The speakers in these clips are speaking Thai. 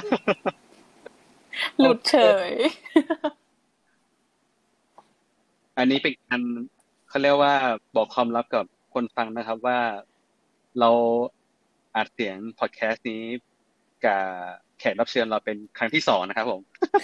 หลุดเฉยอันนี้เป็นการเขาเรียกว่าบอกความลับกับคนฟังนะครับว่าเราอัดเสียงพอดแคสต์นี้กับแขกรับเชิญเราเป็นครั้งที่สองนะครับผม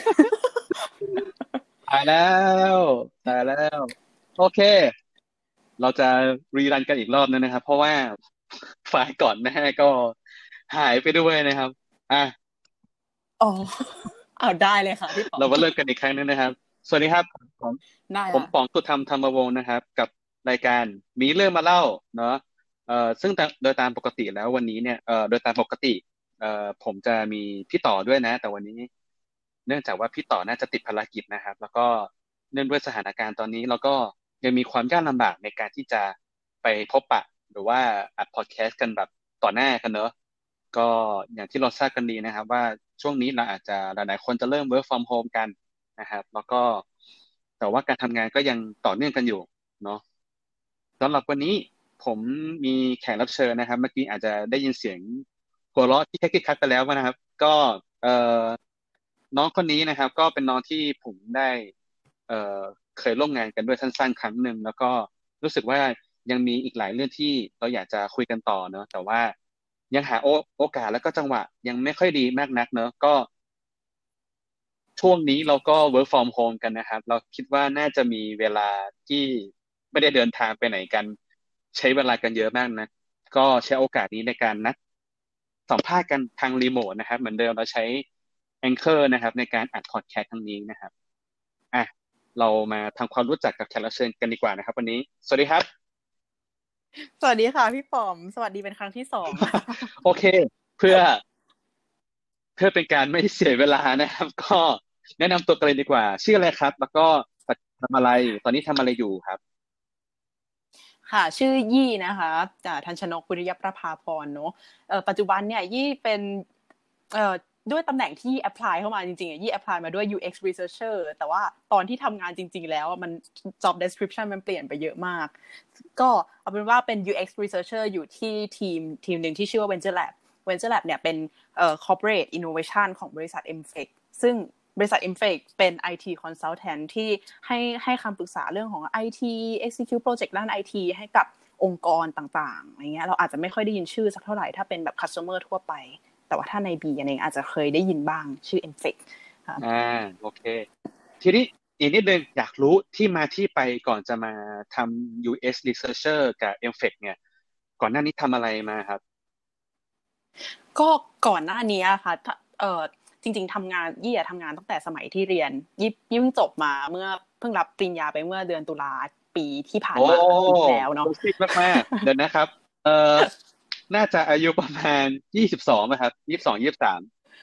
ตายแล้วตายแล้วโอเคเราจะรีรันกันอีกรอบนึงนะครับเพราะว่าไฟล์ก่อนหน้าก็หายไปด้วยนะครับอ่ะอ๋อเอาได้เลยค่ะพี่ป๋องเรามาเริ่มกันอีกครั้งนึงนะครับสวัสดีครับผมผมได้ค่ะป๋องสุธรรมธรรมวงศ์นะครับกับรายการมีเรื่องมาเล่าเนาะซึ่งโดยตามปกติแล้ววันนี้เนี่ยโดยตามปกติผมจะมีพี่ต่อด้วยนะแต่วันนี้เนื่องจากว่าพี่ต่อน่าจะติดภารกิจนะครับแล้วก็เนื่องด้วยสถานการณ์ตอนนี้เราก็ยังมีความยากลำบากในการที่จะไปพบปะหรือว่าอัดพอดแคสต์กันแบบต่อหน้ากันเนอะก็อย่างที่เราทราบกันดีนะครับว่าช่วงนี้เราอาจจะหลายๆคนจะเริ่ม work from home กันนะครับแล้วก็แต่ว่าการทำงานก็ยังต่อเนื่องกันอยู่เนาะสำหรับวันนี้ผมมีแขกรับเชิญนะครับเมื่อกี้อาจจะได้ยินเสียงหัวเราะที่แค่คักไปแล้วนะครับก็เอ่อน้องคนนี้นะครับก็เป็นน้องที่ผมได้เอ่อเคยร่วมงานกันด้วยสั้นๆครั้งหนึ่งแล้วก็รู้สึกว่ายังมีอีกหลายเรื่องที่เราอยากจะคุยกันต่อเนอะแต่ว่ายังหาโอกาสแล้วก็จังหวะยังไม่ค่อยดีมากนักเนอะก็ ช่วงนี้เราก็ work from home กันนะครับเราคิดว่าน่าจะมีเวลาที่ไม่ได้เดินทางไปไหนกันใช้เวลากันเยอะมากนะก็ใช้โอกาสนี้ในการนัดสัมภาษณ์กันทางรีโมทนะครับเหมือนเดิมเราใช้ Anchor นะครับในการอัดพอดแคสต์ครั้งนี้นะครับอ่ะเรามาทำความรู้จักกับแขกรับเชิญกันดีกว่านะครับวันนี้สวัสดีครับสวัสดีค่ะพี่ป๋อมสวัสดีเป็นครั้งที่สองนะโอเคเพื่อเป็นการไม่เสียเวลานะครับก็แนะนำตัวกันเลยดีกว่าชื่ออะไรครับแล้วก็ทำอะไรตอนนี้ทำอะไรอยู่ครับค่ะชื่อยี่นะคะทันชนก วิริยประภาพรเนอะปัจจุบันเนี่ยยี่เป็นเอ่อด้วยตำแหน่งที่ apply เข้ามาจริงๆยี่ apply มาด้วย UX researcher แต่ว่าตอนที่ทำงานจริงๆแล้วมัน job description มันเปลี่ยนไปเยอะมากก็เอาเป็นว่าเป็น UX researcher อยู่ที่ทีมหนึ่งที่ชื่อว่า Venture Lab Venture Lab เนี่ยเป็นcorporate innovation ของบริษัท MFEC ซึ่งบริษัท MFEC เป็น IT consultant ที่ให้คำปรึกษาเรื่องของ IT execute project ด้าน IT ให้กับองค์กรต่างๆอะไรเงี้ยเราอาจจะไม่ค่อยได้ยินชื่อสักเท่าไหร่ถ้าเป็นแบบ customer ทั่วไปแต่ว่าถ้าใน B อันเองอาจจะเคยได้ยินบ้างชื่อ MFEC ค่ะอ่าโอเคทีนี้อีกนิดนึงอยากรู้ที่มาที่ไปก่อนจะมาทำ US Researcher กับ MFEC เนี่ยก่อนหน้านี้ทำอะไรมาครับก็ก่อนหน้านี้ค่ะจริงๆทำงานยี่ทำงานตั้งแต่สมัยที่เรียนยี่เพิ่งจบมาเมื่อเพิ่งรับปริญญาไปเมื่อเดือนตุลาปีที่ผ่านโอ้มาปีที่แล้วโปรเนาะซิกมากๆเดี๋ยวนะครับเอ่อน่าจะอายุประมาณ22นะครับ2223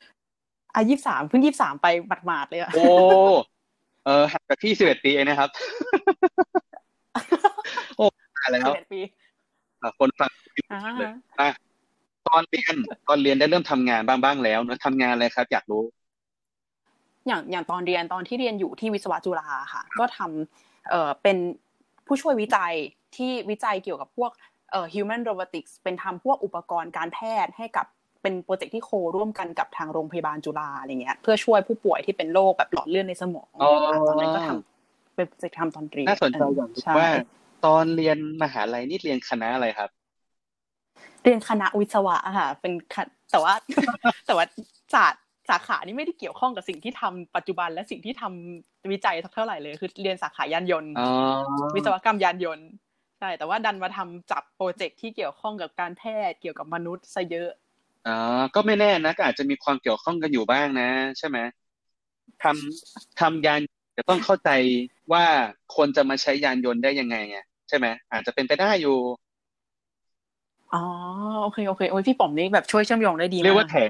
23เพิ่ง23ไปหมาดๆเลยอะโอ้ห่างกับพี่11 ปีเองนะครับโอ้ตายแล้ว 11 ปีคนฟังอายุอ่าเลยอ่ะตอนเรียนได้เริ่มทำงานบ้างแล้วเนอะทำงานอะไรครับอยากรู้อย่างตอนที่เรียนอยู่ที่วิศวะจุฬาค่ะก็ทำเป็นผู้ช่วยวิจัยที่วิจัยเกี่ยวกับพวกhuman robotics เป็นทำพวกอุปกรณ์การแพทย์ให้กับเป็นโปรเจกต์ที่โคร่วมกันกับทางโรงพยาบาลจุฬาอะไรเงี้ยเพื่อช่วยผู้ป่วยที่เป็นโรคแบบหลอดเลือดในสมองอ๋อค่ะตอนนั้นก็ทำเป็นโปรเจกต์ทำตอนเรียนน่าสนใจอย่างหนึงใช่ว่าตอนเรียนมหาลัยนี่เรียนคณะอะไรครับเรียนคณะวิศวะค่ะเป็นแต่ว่าแต่ว่าศาสตร์สาขานี้ไม่ได้เกี่ยวข้องกับสิ่งที่ทำปัจจุบันและสิ่งที่ทำวิจัยสักเท่าไหร่เลยคือเรียนสาขายานยนต์อ๋อวิศวกรรมยานยนต์ใช่แต่ว่าดันมาทำจับโปรเจกต์ที่เกี่ยวข้องกับการแพทย์เกี่ยวกับมนุษย์ซะเยอะอ๋อก็ไม่แน่นะก็อาจจะมีความเกี่ยวข้องกันอยู่บ้างนะใช่ไหมทำยานจะต้องเข้าใจว่าคนจะมาใช้ยานยนต์ได้ยังไงไงใช่ไหมอาจจะเป็นไปได้อยู่อ๋อโอเคโอเคโอ้ยพี่ป๋อมนี่แบบช่วยเชื่อมโยงได้ดีมากเรียกว่าแถ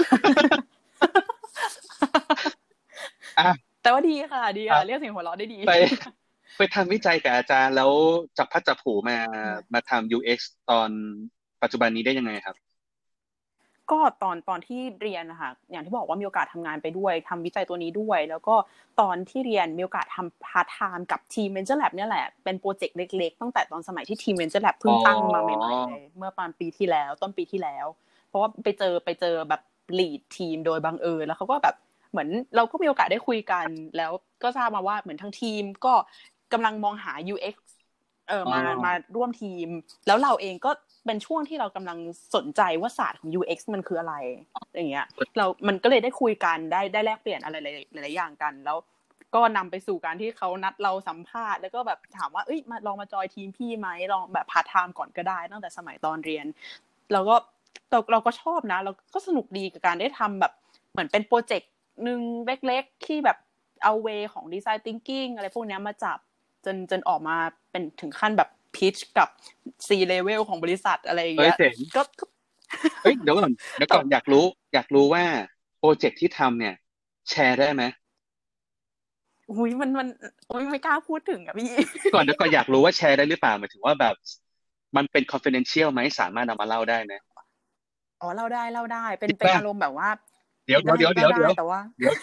อ่ะแต่ว่าดีค่ะดีครับค่ะเรียกเสียงหัวเราะได้ดีไปทำวิจัยกับอาจารย์แล้วจับพลัดจับผลูมาทำ UX ตอนปัจจุบันนี้ได้ยังไงครับก็ตอนที่เรียนนะคะอย่างที่บอกว่ามีโอกาสทำงานไปด้วยทำวิจัยตัวนี้ด้วยแล้วก็ตอนที่เรียนมีโอกาสทำพาร์ทไทม์กับทีม Venture Lab เนี่ยแหละเป็นโปรเจกต์เล็กๆตั้งแต่ตอนสมัยที่ทีม Venture Lab เพิ่อ๋องตั้งมาใหม่ๆเลยเมื่อประมาณปีที่แล้วต้นปีที่แล้วเพราะว่าไปเจอแบบ lead ทีมโดยบังเอิญแล้วเขาก็แบบเหมือนเราก็มีโอกาสได้คุยกันแล้วก็ทราบมาว่าเหมือนทั้งทีมก็กำลังมองหา UX มาร่วมทีมแล้วเราเองก็เป็นช่วงที่เรากำลังสนใจว่าศาสตร์ของ UX มันคืออะไรอย่างเงี้ยมันก็เลยได้คุยกันได้แลกเปลี่ยนอะไรหลายๆอย่างกันแล้วก็นำไปสู่การที่เขานัดเราสัมภาษณ์แล้วก็แบบถามว่าเอ้ยมาลองมาจอยทีมพี่ไหมลองแบบพาร์ทไทม์ก่อนก็ได้ตั้งแต่สมัยตอนเรียนแล้วก็เราก็ชอบนะเราก็สนุกดีกับการได้ทำแบบเหมือนเป็นโปรเจกต์นึงเล็กๆที่แบบเอาเวของ Design Thinking อะไรพวกนี้มาจับจนออกมาเป็นถึงขั้นแบบพิชกับ C level ของบริษัทอะไรอย่างเงี้ยก็เดี๋ยวก่อนอยากรู้ว่าโปรเจกต์ที่ทำเนี่ยแชร์ได้ไหมอุ้ยมันอุ้ยไม่กล้าพูดถึงอ่ะพี่เดี๋ยวก่อนอยากรู้ว่าแชร์ได้หรือเปล่าหมายถึงว่าแบบมันเป็น confidential ไหมสามารถนำมาเล่าได้ไหมอ๋อเล่าได้เป็นจริงป่ะอารมณ์แบบว่าเดี๋ยวแต่ว่า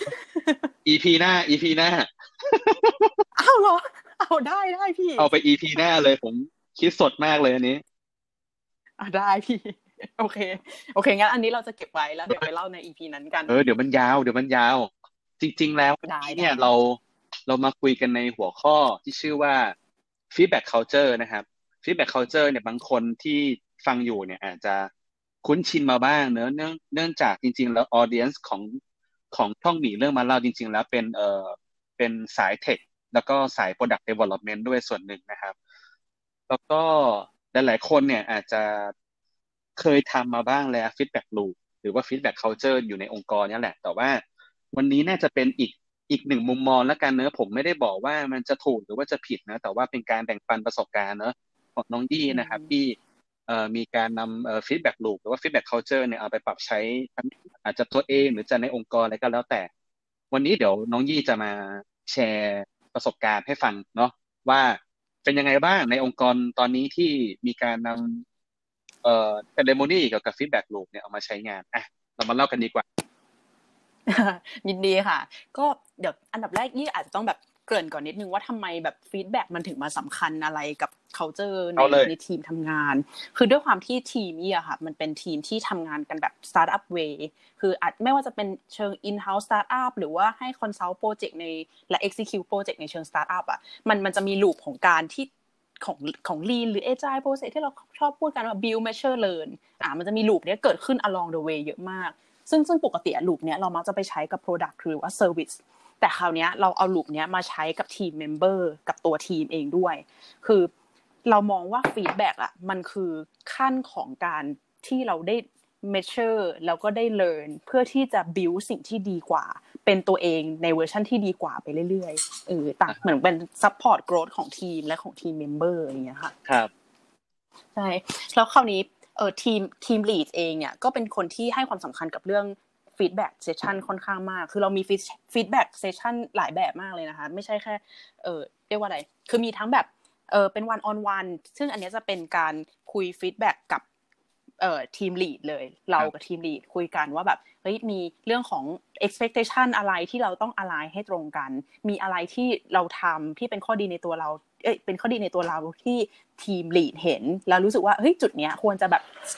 EP หน้าอ้าวเหรอเอาได้พี่เอาไป EP หน้าเลยผมคิดสดมากเลยอันนี้ได้พี่โอเคงั้นอันนี้เราจะเก็บไว้แล้วเดี๋ยวไปเล่าใน EP นั้นกันเดี๋ยวมันยาวจริงๆแล้วได้เนี่ยเรามาคุยกันในหัวข้อที่ชื่อว่า feedback culture นะครับ feedback culture เนี่ยบางคนที่ฟังอยู่เนี่ยอาจจะคุ้นชินมาบ้างเนื่องจากจริงๆแล้ว audience ของช่องหนีเรื่องมาเล่าจริงๆแล้วเป็นสายเทคแล้วก็สาย product development ด้วยส่วนหนึ่งนะครับแล้วก็หลายๆคนเนี่ยอาจจะเคยทำมาบ้างแล้ว feedback loop หรือว่า feedback culture อยู่ในองค์กรนี่แหละแต่ว่าวันนี้น่าจะเป็นอีกหนึ่งมุมมองแล้วกันเนอะผมไม่ได้บอกว่ามันจะถูกหรือว่าจะผิดนะแต่ว่าเป็นการแบ่งปันประสบการณ์เนอะของน้องยี่นะครับที่มีการนำfeedback loop หรือว่า feedback culture เนี่ยเอาไปปรับใช้อาจจะตัวเองหรือจะในองค์กรอะไรก็แล้วแต่วันนี้เดี๋ยวน้องยี่จะมาแชร์ประสบการณ์ให้ฟังเนาะว่าเป็นยังไงบ้างในองค์กรตอนนี้ที่มีการนำceremony เกี่ยวกับ feedback loop เนี่ยเอามาใช้งานเรามาเล่ากันดีกว่ายินดีค่ะก็เดี๋ยวอันดับแรกยี่อาจจะต้องแบบเกริ่นก่อนนิดนึงว่าทำไมแบบฟีดแบ็กมันถึงมาสำคัญอะไรกับ culture ในทีมทำงานคือด้วยความที่ทีมนี่อะค่ะมันเป็นทีมที่ทำงานกันแบบ startup way คืออาจไม่ว่าจะเป็นเชิง in-house startup หรือว่าให้ consult project ในและ execute project ในเชิง startup อะมันจะมีลูปของการที่ของ lean หรือ agile process ที่เราชอบพูดกันว่า build measure learn มันจะมีลูปนี้เกิดขึ้น along the way เยอะมากซึ่งปกติลูปเนี้ยเรามักจะไปใช้กับ product หรือว่า service แต่คราวนี้เราเอาลูปเนี้ยมาใช้กับทีม member กับตัวทีมเองด้วยคือเรามองว่า feedback อ่ะมันคือขั้นของการที่เราได้ measure แล้วก็ได้ learn เพื่อที่จะ build สิ่งที่ดีกว่าเป็นตัวเองในเวอร์ชันที่ดีกว่าไปเรื่อยๆต่างเหมือนเป็น support growth ของทีมและของทีม member อย่างเงี้ยค่ะครับใช่แล้วคราวนี้ทีม lead เองเนี่ยก็เป็นคนที่ให้ความสำคัญกับเรื่อง feedback session ค่อนข้างมากคือเรามี feedback session หลายแบบมากเลยนะคะไม่ใช่แค่เรียกว่าอะไรคือมีทั้งแบบเป็น one on one ซึ่งอันนี้จะเป็นการคุย feedback กับทีม lead เลยเรากับทีม lead คุยกันว่าแบบเฮ้ยมีเรื่องของ expectation อะไรที่เราต้อง align ให้ตรงกันมีอะไรที่เราทำที่เป็นข้อดีในตัวเราเป็นข้อดีในตัวเราที่ทีม lead เห็นแล้วรู้สึกว่าเฮ้ยจุดเนี้ยควรจะแบบ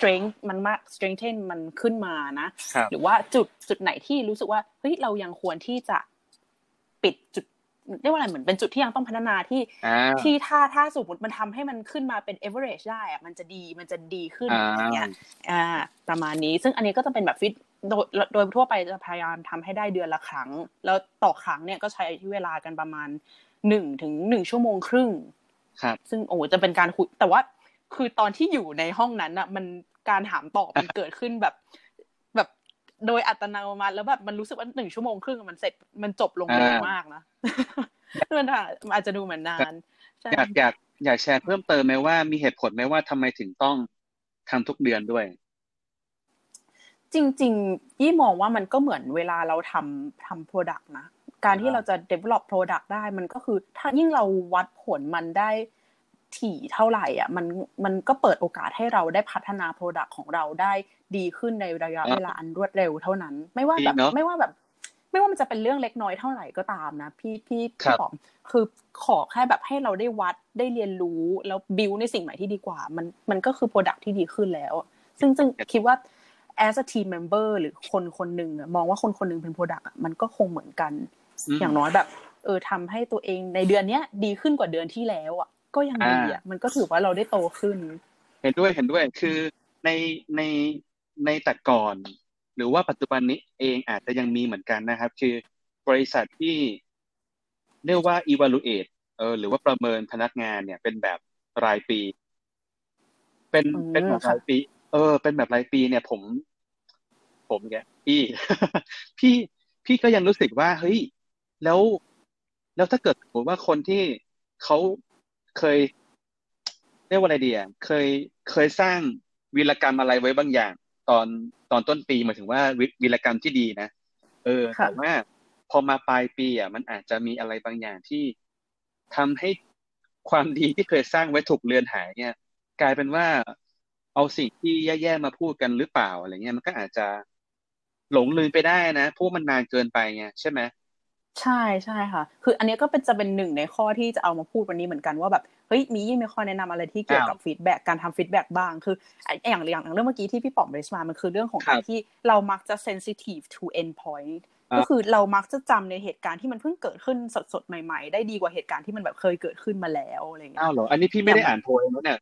strengthen มันขึ้นมานะหรือว่าจุดไหนที่รู้สึกว่าเฮ้ยเรายังควรที่จะปิดจุดเรียกว่าอะไรเหมือนเป็นจุดที่ยังต้องพัฒนาที่ถ้าสมมติมันทำให้มันขึ้นมาเป็น average ได้อะมันจะดีขึ้นอย่างเงี้ยประมาณนี้ซึ่งอันนี้ก็จะเป็นแบบฟิตโดยทั่วไปจะพยายามทำให้ได้เดือนละครั้งแล้วต่อครั้งเนี่ยก็ใช้เวลากันประมาณ1 ชั่วโมงครึ่งครับซึ่งจะเป็นการคุยแต่ว่าคือตอนที่อยู่ในห้องนั้นน่ะมันการถามตอบมันเกิดขึ้นแบบโดยอัตโนมัติแล้วแบบมันรู้สึกว่า1 ชั่วโมงครึ่งมันเสร็จมันจบลงเร็วมากนะมันอาจจะดูเหมือนนานอยากแชร์เพิ่มเติมไหมว่ามีเหตุผลไหมว่าทำไมถึงต้องทำทุกเดือนด้วยจริงๆยี่มองว่ามันก็เหมือนเวลาเราทำ product นะการที่เราจะ develop product ได้มันก็คือถ้ายิ่งเราวัดผลมันได้ถี่เท่าไหร่อ่ะมันก็เปิดโอกาสให้เราได้พัฒนา product ของเราได้ดีขึ้นในระยะเวลาอันรวดเร็วเท่านั้นไม่ว่ามันจะเป็นเรื่องเล็กน้อยเท่าไหร่ก็ตามนะพี่ปอมคือขอแค่แบบให้เราได้วัดได้เรียนรู้แล้ว build ในสิ่งใหม่ที่ดีกว่ามันก็คือ product ที่ดีขึ้นแล้วซึ่งคิดว่า as a team member หรือคนคนหนึ่งมองว่าคนคนหนึ่งเป็น product มันก็คงเหมือนกันอย่างน้อยแบบทำให้ตัวเองในเดือนนี้ดีขึ้นกว่าเดือนที่แล้วก็ยังดีมันก็ถือว่าเราได้โตขึ้นเห็นด้วยคือในในในแต่ก่อนหรือว่าปัจจุบันนี้เองอาจจะยังมีเหมือนกันนะครับคือบริษัทที่เรียกว่า evaluate หรือว่าประเมินพนักงานเนี่ยเป็นแบบรายปีเป็นแบบรายปีเป็นแบบรายปีเนี่ยผมแกพี่พี่พี่ก็ยังรู้สึกว่าเฮ้ยแล้วแล้วถ้าเกิดสมมติว่าคนที่เขาเคยเรียกว่าอะไรดีอ่ะเคยสร้างวีรกรรมอะไรไว้บางอย่างตอนตอนต้นปีหมายถึงว่าวีรกรรมที่ดีนะแต่ว่าพอมาปลายปีมันอาจจะมีอะไรบางอย่างที่ทำให้ความดีที่เคยสร้างไว้ถูกเลือนหายเนี่ยกลายเป็นว่าเอาสิ่งที่แย่ๆมาพูดกันหรือเปล่าอะไรเงี้ยมันก็อาจจะหลงลืมไปได้นะเพราะมันนานเกินไปไงใช่ไหมใช่ใช่ค่ะคืออันนี้ก็จะเป็นหนึ่งในข้อที่จะเอามาพูดวันนี้เหมือนกันว่าแบบเฮ้ยมีข้อแนะนำอะไรที่เกี่ยวกับฟีดแบ็กการทำฟีดแบ็กบ้างคืออย่างเรื่องเมื่อกี้ที่พี่ป๋อมเรสมามันคือเรื่องของการที่เรามักจะ sensitive to end point ก็คือเรามักจะจำในเหตุการณ์ที่มันเพิ่งเกิดขึ้นสดๆใหม่ๆได้ดีกว่าเหตุการณ์ที่มันแบบเคยเกิดขึ้นมาแล้วอะไรเงี้ยเหรออันนี้พี่ไม่ได้อ่านโพยแล้วเนี่ย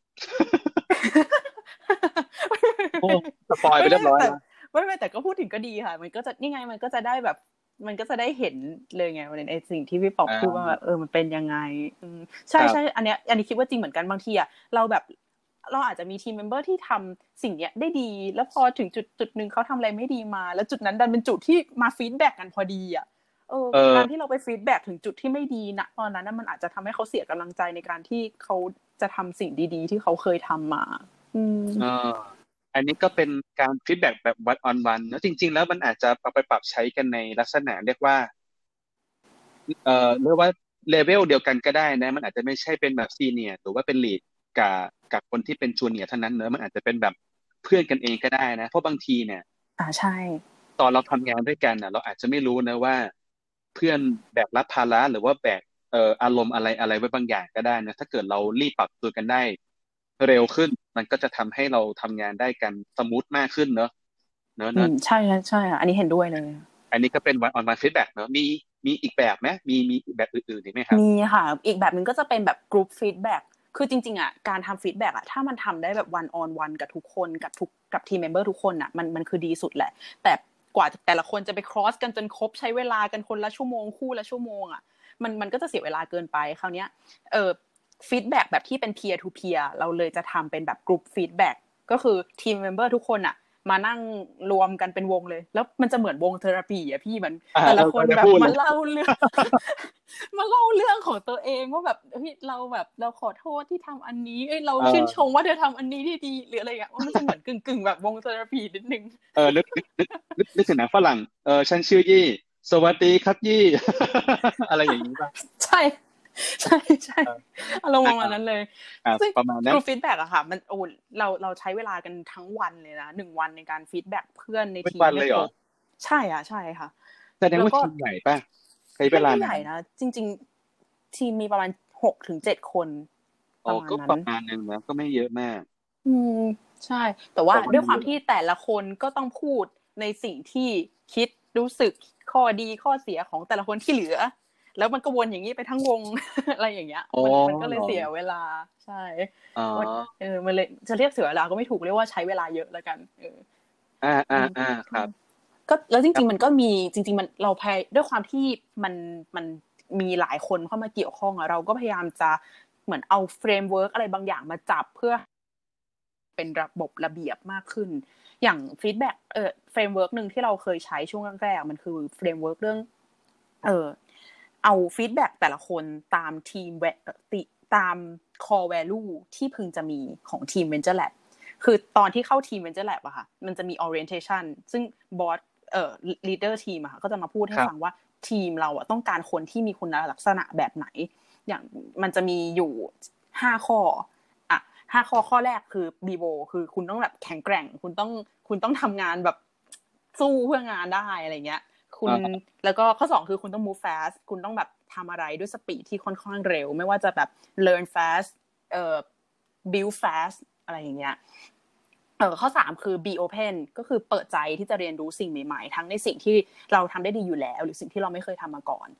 โอ้สปอยไปเรียบร้อยแล้วไม่แต่ก็พูดถึงก็ดีค่ะมันก็จะนี่ไงมันก็จะได้แบบมันก็จะได้เห็นเลยไงในสิ่งที่พี่ป๋อพูดว่าแบบมันเป็นยังไงใช่อันนี้คิดว่าจริงเหมือนกันบางทีเราแบบเราอาจจะมีทีมเมมเบอร์ที่ทำสิ่งเนี้ยได้ดีแล้วพอถึงจุดนึงเขาทำอะไรไม่ดีมาแล้วจุดนั้นดันเป็นจุดที่มาฟีดแบ็กกันพอดีการที่เราไปฟีดแบ็กถึงจุดที่ไม่ดีนะตอนนั้นมันอาจจะทำให้เขาเสียกำลังใจในการที่เขาจะทำสิ่งดีๆที่เขาเคยทำมาอันนี้ก็เป็นการฟีดแบ็กแบบวันออนวันแล้วจริงๆแล้วมันอาจจะเอาไปปรับใช้กันในลักษณะเรียกว่าเรียกว่าเลเวลเดียวกันก็ได้นะมันอาจจะไม่ใช่เป็นแบบซีเนียร์หรือว่าเป็นลีดกับกับคนที่เป็นจูเนียร์เท่านั้นเนอะมันอาจจะเป็นแบบเพื่อนกันเองก็ได้นะเพราะบางทีเนี่ยใช่ตอนเราทำงานด้วยกันเราอาจจะไม่รู้นะว่าเพื่อนแบกรับภาระหรือว่าแบกอารมณ์อะไรไว้บางอย่างก็ได้นะถ้าเกิดเรารีบปรับตัวกันได้เร็วขึ้นมันก็จะทำให้เราทำงานได้กันสมูทมากขึ้นเนอะใช่ใช่อันนี้เห็นด้วยเลยอันนี้ก็เป็นวันออนไลน์ฟีดแบ็กเนอะมีอีกแบบไหมมีอีกแบบอื่นๆอีกไหมครับมีค่ะอีกแบบนึงก็จะเป็นแบบกรุ๊ปฟีดแบ็กคือจริงๆการทำฟีดแบ็กถ้ามันทำได้แบบวันออนวันกับทุกคนกับทีมเมมเบอร์ทุกคนมันคือดีสุดแหละแต่กว่าแต่ละคนจะไปครอสกันจนครบใช้เวลากันคนละชั่วโมงคู่ละชั่วโมงมันก็จะเสียเวลาเกินไปคราวนี้ฟีดแบ็กแบบที่เป็น peer to peer เราเลยจะทำเป็นแบบกรุ๊ปฟีดแบ็กก็คือทีมเมมเบอร์ทุกคนมานั่งรวมกันเป็นวงเลยแล้วมันจะเหมือนวงเทอราปีพี่มันแต่ละคนแบบมาเล่าเรื่องของตัวเองว่าแบบเฮ้ยเราขอโทษที่ทำอันนี้เราชื่นชมว่าเธอทำอันนี้ได้ดีหรืออะไรอย่างเงี้ยมันจะเหมือนกึ่งแบบวงเทอราปีนิดนึงนึกถึงหนังฝรั่งฉันชื่อยี่สวัสดีครับยี่อะไรอย่างนี้ป่ะใช่อารมณ์ประมาณนั้นเลยซึ่งประมาณนั้นกรุ๊ปฟีดแบ็กค่ะมันเราใช้เวลากันทั้งวันเลยนะ1 วันในการฟีดแบ็กเพื่อนในทีมเลยเหรอใช่ใช่ค่ะแสดงว่าทีมใหญ่ป่ะใช้เวลาไม่ใหญ่นะจริงๆทีมมีประมาณ6 ถึง 7 คนประมาณนั้นก็ประมาณนึงนะก็ไม่เยอะมากใช่แต่ว่าด้วยความที่แต่ละคนก็ต้องพูดในสิ่งที่คิดรู้สึกข้อดีข้อเสียของแต่ละคนที่เหลือแล้วมันก็วนอย่างนี้ไปทั้งวง อะไรอย่างเงี้ยมันก็เลยเสียเวลาใช่มันเลยจะเรียกเสียเวลาก็ไม่ถูกเรียกว่าใช้เวลาเยอะแล้วกันครับก็แล้วจริงๆมันก็มีจริงๆมันเราพยด้วยความที่มันมีหลายคนเข้ามาเกี่ยวข้องเราก็พยายามจะเหมือนเอาเฟรมเวิร์กอะไรบางอย่างมาจับเพื่อเป็นระบบระเบียบมากขึ้นอย่างฟีดแบ็กเฟรมเวิร์กนึงที่เราเคยใช้ช่วงแรกๆมันคือเฟรมเวิร์กเรื่องเอาฟีดแบ็กแต่ละคนตามทีมตาม core value ที่พึงจะมีของทีม Venture Lab คือตอนที่เข้าทีม Venture Lab อะค่ะมันจะมี orientation ซึ่งบอสleader ทีมอะค่ะก็จะมาพูดให้ฟังว่าทีมเราต้องการคนที่มีคุณลักษณะแบบไหนอย่างมันจะมีอยู่5 ข้อข้อแรกคือบีโบคือคุณต้องแบบแข็งแกร่งคุณต้องทำงานแบบสู้เพื่องานได้อะไรเงี้ยคุณแล้วก็ข้อ2คือคุณต้อง move fast คุณต้องแบบทำอะไรด้วยสปีดที่ค่อนข้างเร็วไม่ว่าจะแบบ learn fast build fast อะไรอย่างเงี้ยข้อ3คือ be open ก็คือเปิดใจที่จะเรียนรู้สิ่งใหม่ๆทั้งในสิ่งที่เราทำได้ดีอยู่แล้วหรือสิ่งที่เราไม่เคยทำมาก่อน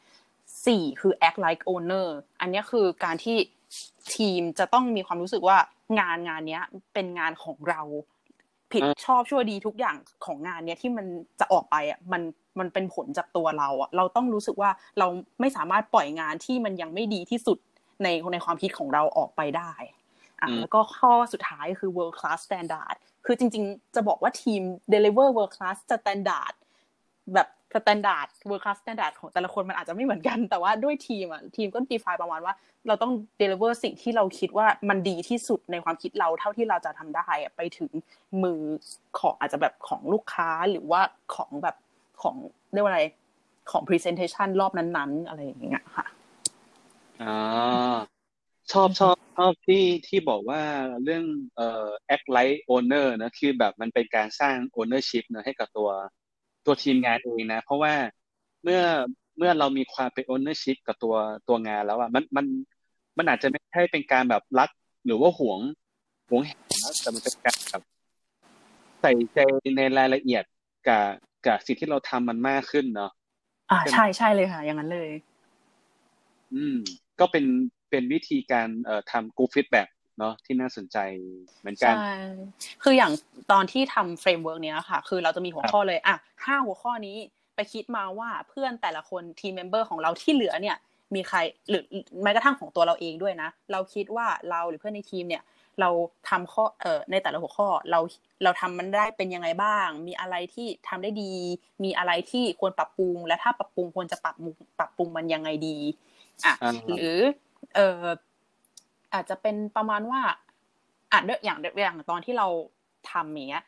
4คือ act like owner อันนี้คือการที่ทีมจะต้องมีความรู้สึกว่างานนี้เป็นงานของเราผิดชอบชั่วดีทุกอย่างของงานนี้ที่มันจะออกไปอ่ะมันเป็นผลจากตัวเราอ่ะเราต้องรู้สึกว่าเราไม่สามารถปล่อยงานที่มันยังไม่ดีที่สุดในความคิดของเราออกไปได้แล้วก็ข้อสุดท้ายคือ world class standard คือจริงๆจะบอกว่าทีม deliver world class standard แบบ standard world class standard ของแต่ละคนมันอาจจะไม่เหมือนกันแต่ว่าด้วยทีมก็ define ประมาณว่าเราต้อง deliver สิ่งที่เราคิดว่ามันดีที่สุดในความคิดเราเท่าที่เราจะทำได้ไปถึงมือของอาจจะแบบของลูกค้าหรือว่าของแบบของเรียกว่าอะไรของ presentation รอบนั้นๆอะไรอย่างเงี้ยค่ะอ่าชอบที่บอกว่าเรื่องact like owner นะคือแบบมันเป็นการสร้าง ownership นะให้กับตัวทีมงานเองนะเพราะว่าเมื่อเมื่อเรามีความเป็น ownership กับตัวงานแล้วอ่ะมันอาจจะไม่ใช่เป็นการแบบรักหรือว่าหวงแหนนะแต่มันเป็นการแบบใส่ใจในรายละเอียดกับกับสิ่งที่เราทำมันมากขึ้นเนาะใช่ไหมใช่ใช่เลยค่ะอย่างนั้นเลยอืมก็เป็นวิธีการทำ group feedback เนาะที่น่าสนใจเหมือนกันใช่คืออย่างตอนที่ทำเฟรมเวิร์กเนี้ยค่ะคือเราจะมีหัวข้อครับเลย5หัวข้อนี้ไปคิดมาว่าเพื่อนแต่ละคนทีมเมมเบอร์ของเราที่เหลือเนี่ยมีใครหรือแม้กระทั่งของตัวเราเองด้วยนะเราคิดว่าเราหรือเพื่อนในทีมเนี่ยเราทำข้อในแต่ละหัวข้อเราทำมันได้เป็นยังไงบ้างมีอะไรที่ทำได้ดีมีอะไรที่ควรปรับปรุงและถ้าปรับปรุงควรจะปรับปรุงมันยังไงดีหรือเอ่ออาจจะเป็นประมาณว่าอย่างตอนที่เราทำอย่างเงี้ย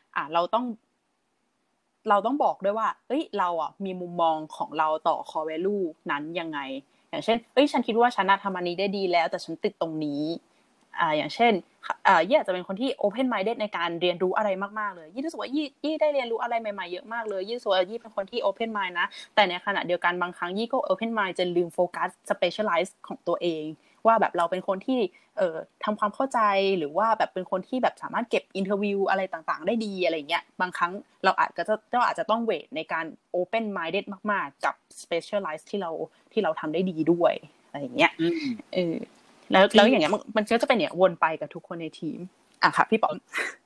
เราต้องบอกด้วยว่าเอ้ยเรามีมุมมองของเราต่อ core value นั้นยังไงอย่างเช่นเอ้ยฉันคิดว่าฉันทำอันนี้ได้ดีแล้วแต่ฉันติดตรงนี้อย่างเช่นยี่อาจจะเป็นคนที่ open minded ในการเรียนรู้อะไรมากๆเลยยี่รู้สึกว่ายี่ได้เรียนรู้อะไรใหม่ๆเยอะมากเลยยี่รู้สึกว่ายี่เป็นคนที่ open mind นะแต่ในขณะเดียวกันบางครั้งยี่ก็ open mind จะลืมโฟกัส specialize ของตัวเองว่าแบบเราเป็นคนที่ทำความเข้าใจหรือว่าแบบเป็นคนที่แบบสามารถเก็บอินเทอร์วิวอะไรต่างๆได้ดีอะไรเงี้ยบางครั้งเราอาจจะต้องเวทในการ open minded มากๆกับ specialize ที่เราทำได้ดีด้วยอะไรอย่างเงี้ยอืมเออแล้วพี่อย่างเงี้ยมันก็จะเป็นเนี่ยวนไปกับทุกคนในทีมค่ะพี่ป๋อม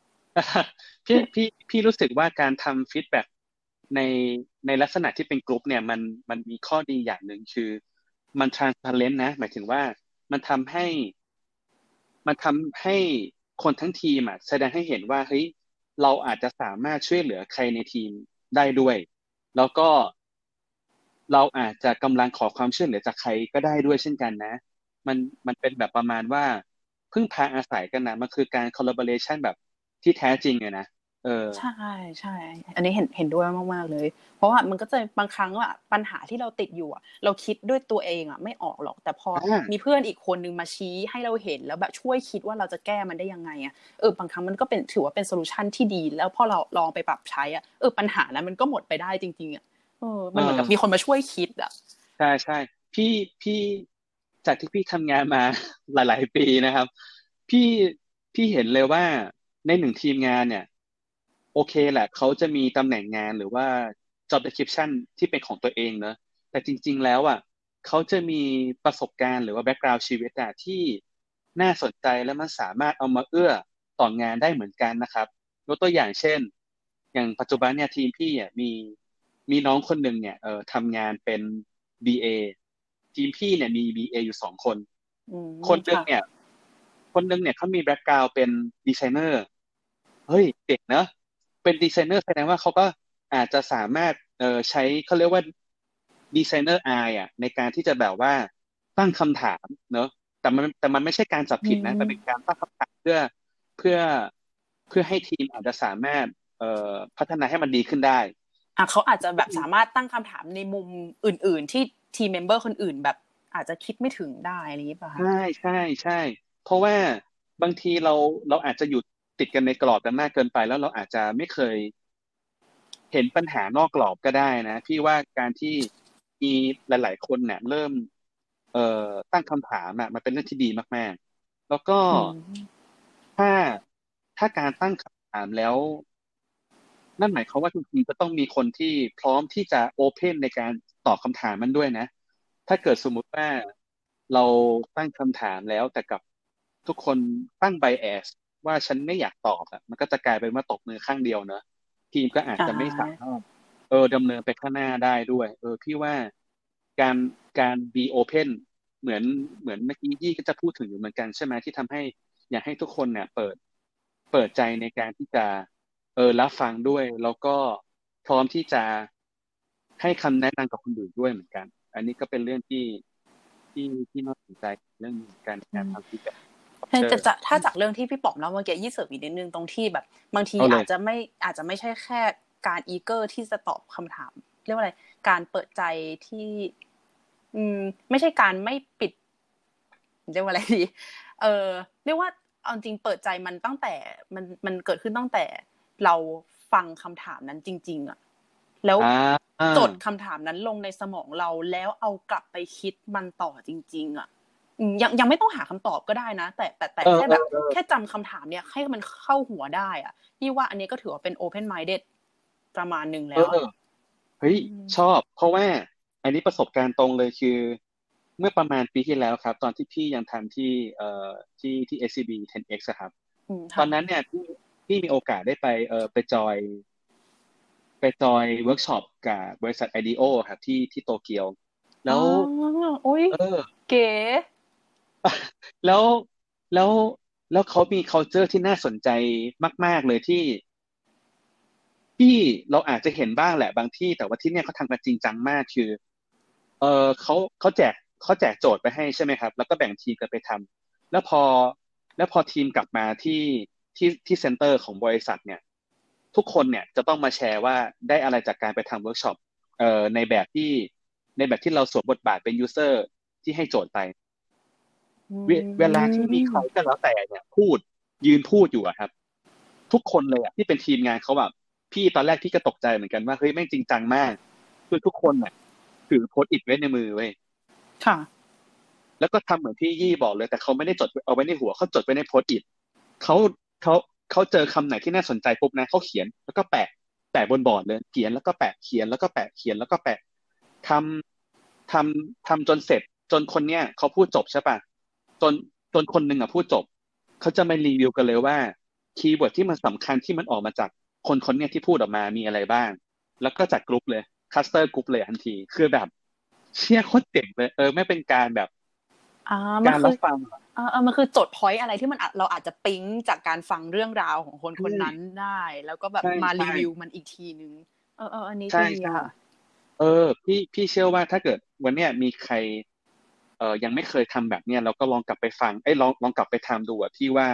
พี่รู้สึกว่าการทำฟีดแบ็กในในลักษณะที่เป็นกลุ่มเนี่ยมันมีข้อดีอย่างหนึ่งคือมัน transparent นะหมายถึงว่ามันทำให้มันทำให้คนทั้งทีมแสดงให้เห็นว่าเฮ้ยเราอาจจะสามารถช่วยเหลือใครในทีมได้ด้วยแล้วก็เราอาจจะกำลังขอความช่วยเหลือจากใครก็ได้ด้วยเช่นกันนะมันมันเป็นแบบประมาณว่าพึ่งพาอาศัยกันนะมันคือการ collaboration แบบที่แท้จริงเลยนะเออใช่ใช่อันนี้เห็นด้วยมากๆเลยเพราะว่ามันก็จะบางครั้งปัญหาที่เราติดอยู่เราคิดด้วยตัวเองไม่ออกหรอกแต่พออ่ามีเพื่อนอีกคนนึงมาชี้ให้เราเห็นแล้วแบบช่วยคิดว่าเราจะแก้มันได้ยังไงบางครั้งมันก็เป็นถือว่าเป็นโซลูชันที่ดีแล้วพอเราลองไปปรับใช้ปัญหานั้นมันก็หมดไปได้จริงๆเอมันเหมือนกับมีคอนมาช่วยคิดใช่ใช่พี่พี่จากที่พี่ทำงานมาหลายๆปีนะครับพี่พี่เห็นเลยว่าในหนึ่งทีมงานเนี่ยโอเคแหละเขาจะมีตำแหน่งงานหรือว่า job description ที่เป็นของตัวเองเนอะแต่จริงๆแล้วเขาจะมีประสบการณ์หรือว่า background ชีวิตที่น่าสนใจและมันสามารถเอามาเอื้อต่องานได้เหมือนกันนะครับยกตัวอย่างเช่นอย่างปัจจุบันเนี่ยทีมพี่มีน้องคนหนึ่งเนี่ยทำงานเป็น BA ทีมพี่เนี่ยมี BA อยู่2 คนอืมคนหนึ่งค่ะเนี่ยคนหนึ่งเนี่ยเขามีแบ็กกราว n ์เป็นดีไซเนอร์เฮ้ยเด็กเนอะเป็นดีไซเนอร์แสดงว่าเขาก็อาจจะสามารถใช้เขาเรียกว่าดีไซเนอร์ไอในการที่จะแบบว่าตั้งคำถามเนอะแต่มันไม่ใช่การจับอืผิดนะแต่เป็นมการตั้งคำถามเพื่อเพื่อให้ทีมอาจจะสามารถพัฒนาให้มันดีขึ้นได้เขาอาจจะแบบสามารถตั้งคำถามในมุมอื่นๆที่ทีมเมมเบอร์คนอื่นแบบอาจจะคิดไม่ถึงได้อะไรอย่างนี้ป่ะคะใช่ใช่ใช่เพราะว่าบางทีเราอาจจะอยู่ติดกันในกรอบกันมากเกินไปแล้วเราอาจจะไม่เคยเห็นปัญหานอกกรอบก็ได้นะพี่ว่าการที่มีหลายๆคนเนี่ยเริ่มเอ่ตั้งคำถามมันเป็นเรื่องที่ดีมากๆแล้วก็อืมถ้าถ้าการตั้งถามแล้วนั่นหมายความว่าทุกทีก็ต้องมีคนที่พร้อมที่จะโอเพนในการตอบคำถามมันด้วยนะถ้าเกิดสมมุติว่าเราตั้งคำถามแล้วแต่กับทุกคนตั้งไบแอสว่าฉันไม่อยากตอบอ่ะมันก็จะกลายเป็นว่าตบมือข้างเดียวเนอะทีมก็อาจอ่จะไม่สามาราถดำเนินไปข้างหน้าได้ด้วยพี่ว่าการการ be open เหมือนเมื่อกี้ยี่ก็จะพูดถึงอยู่เหมือนกันใช่ไหมที่ทำให้อยากให้ทุกคนเนี่ยเปิดใจในการที่จะรับฟังด้วยแล้วก็พร้อมที่จะให้คำแนะนำกับคนอื่นด้วยเหมือนกันอันนี้ก็เป็นเรื่องที่น่าสนใจเรื่องการอืมทำฟีดแบ็กถ้าจากเรื่องที่พี่ป๋อมเล่าเมื่อกี้ยี่เสริมอีกนิดนึงตรงที่แบบบางทีเอาเลยอาจจะไม่ใช่แค่การอีเกอร์ที่จะตอบคำถามเรียกว่าอะไรการเปิดใจที่ไม่ใช่การไม่ปิดเรียกว่าอะไรดีเออเรียกว่าเอาจริงเปิดใจมันตั้งแต่มันเกิดขึ้นตั้งแต่เราฟังคำถามนั้นจริงๆอะแล้วอ่าจดคำถามนั้นลงในสมองเราแล้วเอากลับไปคิดมันต่อจริงๆอะยังไม่ต้องหาคำตอบก็ได้นะแต่เออแค่แบบเออเออแค่จำคำถามเนี่ยให้มันเข้าหัวได้อะนี่ว่าอันนี้ก็ถือว่าเป็น open minded ประมาณหนึ่งแล้วอะเฮ้ยอืมชอบเพราะว่าอันนี้ประสบการณ์ตรงเลยคือเมื่อประมาณปีที่แล้วครับตอนที่พี่ยังทำที่ที่ SCB 10X อะครับตอค่ะนนั้นเนี่ยพี่มีโอกาสได้ไปไปจอยเวิร์กช็อปกับบริษัท IDEO ครับที่โตเกียวแล้อ๋อวโอ้ยเออเก๋แล้วแล้วแล้วเขามี culture ที่น่าสนใจมากๆเลยที่เราอาจจะเห็นบ้างแหละบางที่แต่ว่าที่เนี่ยเขาทำกันจริงจังมากคือเออเขาแจกโจทย์ไปให้ใช่ไหมครับแล้วก็แบ่งทีมกันไปทำแล้วพอทีมกลับมาที่เซ็นเตอร์ของบริษัทเนี่ยทุกคนเนี่ยจะต้องมาแชร์ว่าได้อะไรจากการไปทำเวิร์กช็อปในแบบที่เราสวมบทบาทเป็นยูเซอร์ที่ให้โจทย์ไปอืเวลาที่มีใครมก็แล้วแต่เนี่ยยืนพูดอยู่อะครับทุกคนเลยอะที่เป็นทีมงานเขาแบบพี่ตอนแรกพี่ก็ตกใจเหมือนกันว่าเฮ้ยแม่งจริงจังมากคือทุกคนเนี่ยถือโพสต์อิทไว้ในมือเว้ยค่ะแล้วก็ทำเหมือนที่ยี่บอกเลยแต่เขาไม่ได้จดเอาไว้ในหัวเขาจดไว้ในโพสต์อิทเขาเขาเขาเจอคำไหนที่น่าสนใจปุ๊บนะเขาเขียนแล้วก็แปะบนบอร์ดเลยเขียนแล้วก็แปะเขียนแล้วก็แปะเขียนแล้วก็แปะททำจนเสร็จจนคนเนี้ยเขาพูดจบใช่ปะจนจนคนหนึ่งอ่ะพูดจบเขาจะมารีวิวกันเลยว่าคีย์เวิร์ดที่มันสำคัญที่มันออกมาจากคนเนี้ยที่พูดออกมามีอะไรบ้างแล้วก็จัดกลุ่มเลยคัสเตอร์กลุ่มเลยทันทีคือแบบเชี่ยโคตรเจ๋งเลยไม่เป็นการแบบอ่ามันการคือรับฟังอะมันคือจดพอยต์อะไรที่เราอาจจะปิ๊งจากการฟังเรื่องราวของคนคนนั้นใช่ได้แล้วก็แบบใช่มาใช่รีวิวมันอีกทีนึงอันนี้ใช่ดีใช่ค่ะพี่เชื่อว่าถ้าเกิดวันเนี้ยมีใครยังไม่เคยทำแบบเนี้ยเราก็ลองกลับไปฟังลองกลับไปทำดูอะพี่ว่า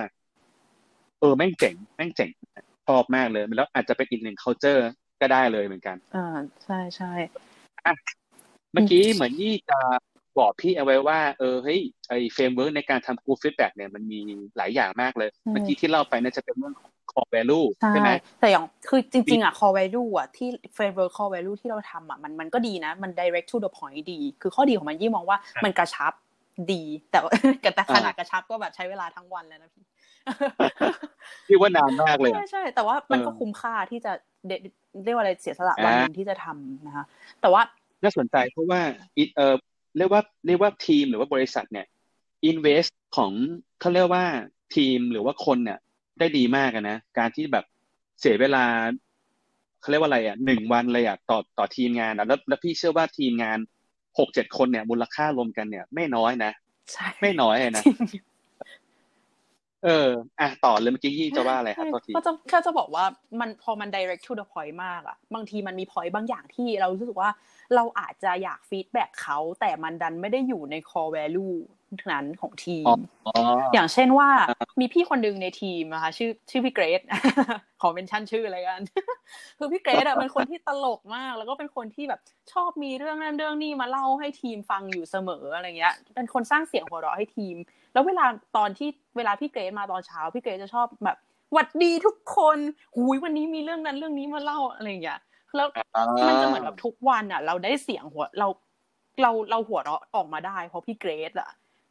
แม่งเจ๋งชอบมากเลยแล้วอาจจะเป็นอีกหนึ่ง culture ก็ได้เลยเหมือนกันอ่าใช่ใช่อ่ะเมื่อกี้เหมือนยี่จะบอกพี่เอาไว้ว่าเฮ้ยไอ้เฟรมเวิร์กในการทำ good feedback เนี่ยมันมีหลายอย่างมากเลยใช่เมื่อกี้ที่เล่าไปน่าจะเป็นเรื่องของ core value ใช่ใช่ไหมแต่อย่างคือจมีริงๆอ่ะ core value อ่ะที่ framework core value ที่เราทำอ่ะมันก็ดีนะมัน direct to the point ดีคือข้อดีของมันยี่มองว่ามันกระชับดีแต่ว่าแต่ขนาดกอ่าระชับก็แบบใช้เวลาทั้งวันแล้วนะพี่พี่ว่านานมากเลยใช่อ่ะใช่แต่ว่าเออมันก็คุ้มค่าที่จะเรียกว่าอะไรเสียสละวันหนึ่งอ่าที่จะทำนะคะแต่ว่าน่าสนใจเพราะว่าอิเรียกว่าทีมหรือว่าบริษัทเนี่ยอินเวสของเขาเรียกว่าทีมหรือว่าคนเนี่ยได้ดีมากอะนะการที่แบบเสียเวลาเขาเรียกว่าอะไรอ่ะ1 วันเลยอ่ะต่อทีมงานอ่ะแล้วพี่เชื่อว่าทีมงาน6-7 คนเนี่ยมูลค่ารวมกันเนี่ยไม่น้อยนะใช่ไม่น้อยเลยจนะริงเออต่อเลยเมื่อกี้ยี่จะว่าอะไรคใช่รับโทษทีก็จะแค่จะบอกว่ามันพอมัน direct to the point มากอะบางทีมันมี point บางอย่างที่เรารู้สึกว่าเราอาจจะอยากฟีดแบ็กเขาแต่มันดันไม่ได้อยู่ใน core value นั้นของทีอ๋อมอ๋ออย่างเช่นว่ามีพี่คนหนึ่งในทีมนะคะชื่อพี่เกรซขอเมนชั่นชื่ออะไรกันคือพี่เกรซอะเป็นคนที่ตลกมากแล้วก็เป็นคนที่แบบชอบมีเรื่องนั้นเรื่องนี้มาเล่าให้ทีมฟังอยู่เสมออะไรเงี้ยเป็นคนสร้างเสียงหัวเราะให้ทีม แล้วเวลาพี่เกรซมาตอนเช้าพี่เกรซจะชอบแบบหวัดดีทุกคนหูยวันนี้มีเรื่องนั้นเรื่องนี้มาเล่าอะไรอย่างเงี้ยแล้วอ่มันจะเหมือนาแบบทุกวันอ่ะเราได้เสียงหัวเราหัวเราะออกมาได้เพราะพี่เกรซอ่ะ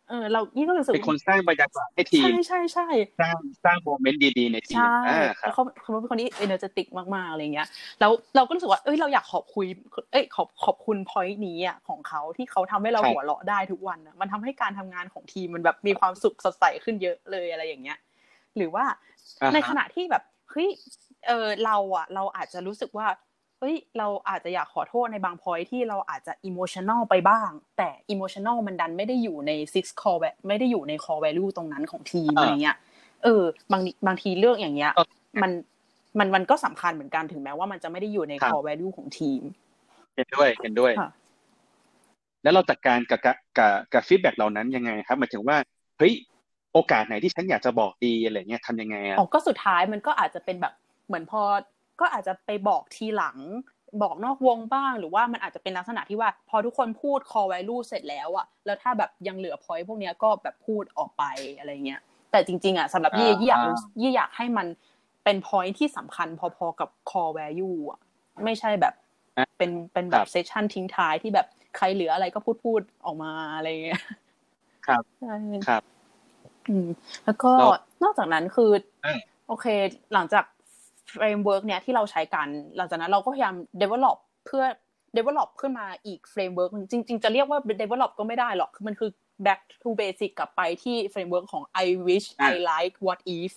เรานี่ก็รู้สึกเป็นคนสร้างบรรยากาศให้ทีใช่มใช่ใช่สร้างโมเมนต์ดีๆในทีใช่มครับแล้วเขาเป็นคนที่เอเนอร์เจติกมากๆอะไรเงี้ยแล้วเราก็รู้สึกว่าเราอยากขอบคุณพอยต์นี้อ่ะของเขาที่เขาทำให้เราหัวครับเราะได้ทุกวันมันทำให้การทำงานของทีมมันแบบมีความสุขสดใสขึ้นเยอะเลยอะไรอย่างเงี้ยหรือว่าในขณะที่แบบเฮ้ยเราอาจจะรู้สึกว่าเราอาจจะอยากขอโทษในบางพอยที่เราอาจจะอิโมชัน a ลไปบ้างแต่อิโมชัน a ลมันดันไม่ได้อยู่ในsix core ไม่ได้อยู่ใน core value ตรงนั้นของทีมอะไรเงี้ยบางทีเรื่องอย่างเงี้ยมันก็สำคัญเหมือนกันถึงแม้ว่ามันจะไม่ได้อยู่ใน core value ของทีมเห็นด้วยแล้วเราจัดการกับฟีดแบ็กเหล่านั้นยังไงครับหมายถึงว่าเฮ้ยโอกาสไหนที่ฉันอยากจะบอกดีอะไรเงี้ยทำยังไงก็สุดท้ายมันก็อาจจะเป็นแบบเหมือนพอก็อาจจะไปบอกทีหลังบอกนอกวงบ้างหรือว่ามันอาจจะเป็นลักษณะที่ว่าพอทุกคนพูด core value เสร็จแล้วอะแล้วถ้าแบบยังเหลือ point พวกนี้ก็แบบพูดออกไปอะไรเงี้ยแต่จริงๆอะสำหรับยี่อยากให้มันเป็น point ที่สำคัญพอๆกับ core value อะไม่ใช่แบบเป็นแบบเซสชั่นทิ้งท้ายที่แบบใครเหลืออะไรก็พูดออกมาอะไรเงี้ยครับใช่ครับแล้วก็นอกจากนั้นคือโอเคหลังจากเฟรมเวิร์กเนี้ยที่เราใช้กันหลังจากนั้นเราก็พยายาม develop เพื่อ develop ขึ้นมาอีกเฟรมเวิร์กจริงๆจะเรียกว่า develop ก็ไม่ได้หรอกคือมันคือ back to basic กลับไปที่เฟรมเวิร์กของ I wish I like what if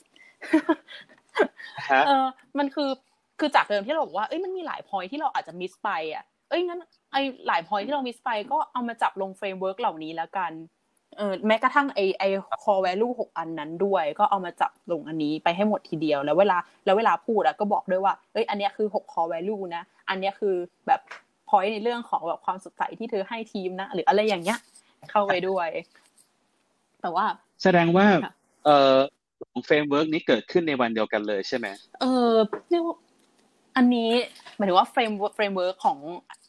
มันคือจากเดิมที่เราบอกว่ามันมีหลาย point ที่เราอาจจะ miss ไปอ่ะงั้นหลาย point ที่เรา miss ไปก็เอามาจับลงเฟรมเวิร์กเหล่านี้แล้วกันแม้กระทั่งไอ core value 6 อันนั้นด้วยก็เอามาจับลงอันนี้ไปให้หมดทีเดียวแล้วเวลาพูดก็บอกด้วยว่าอันนี้คือ6 core value นะอันนี้คือแบบ point ในเรื่องของแบบความสดใสที่เธอให้ทีมนะหรืออะไรอย่างเงี้ยเข้าไปด้วยแต่ว่าแสดงว่าของเฟรมเวิร์กนี้เกิดขึ้นในวันเดียวกันเลยใช่ไหมเรียกว่าอันนี้หมายถึงว่าเฟรมเวิร์กของ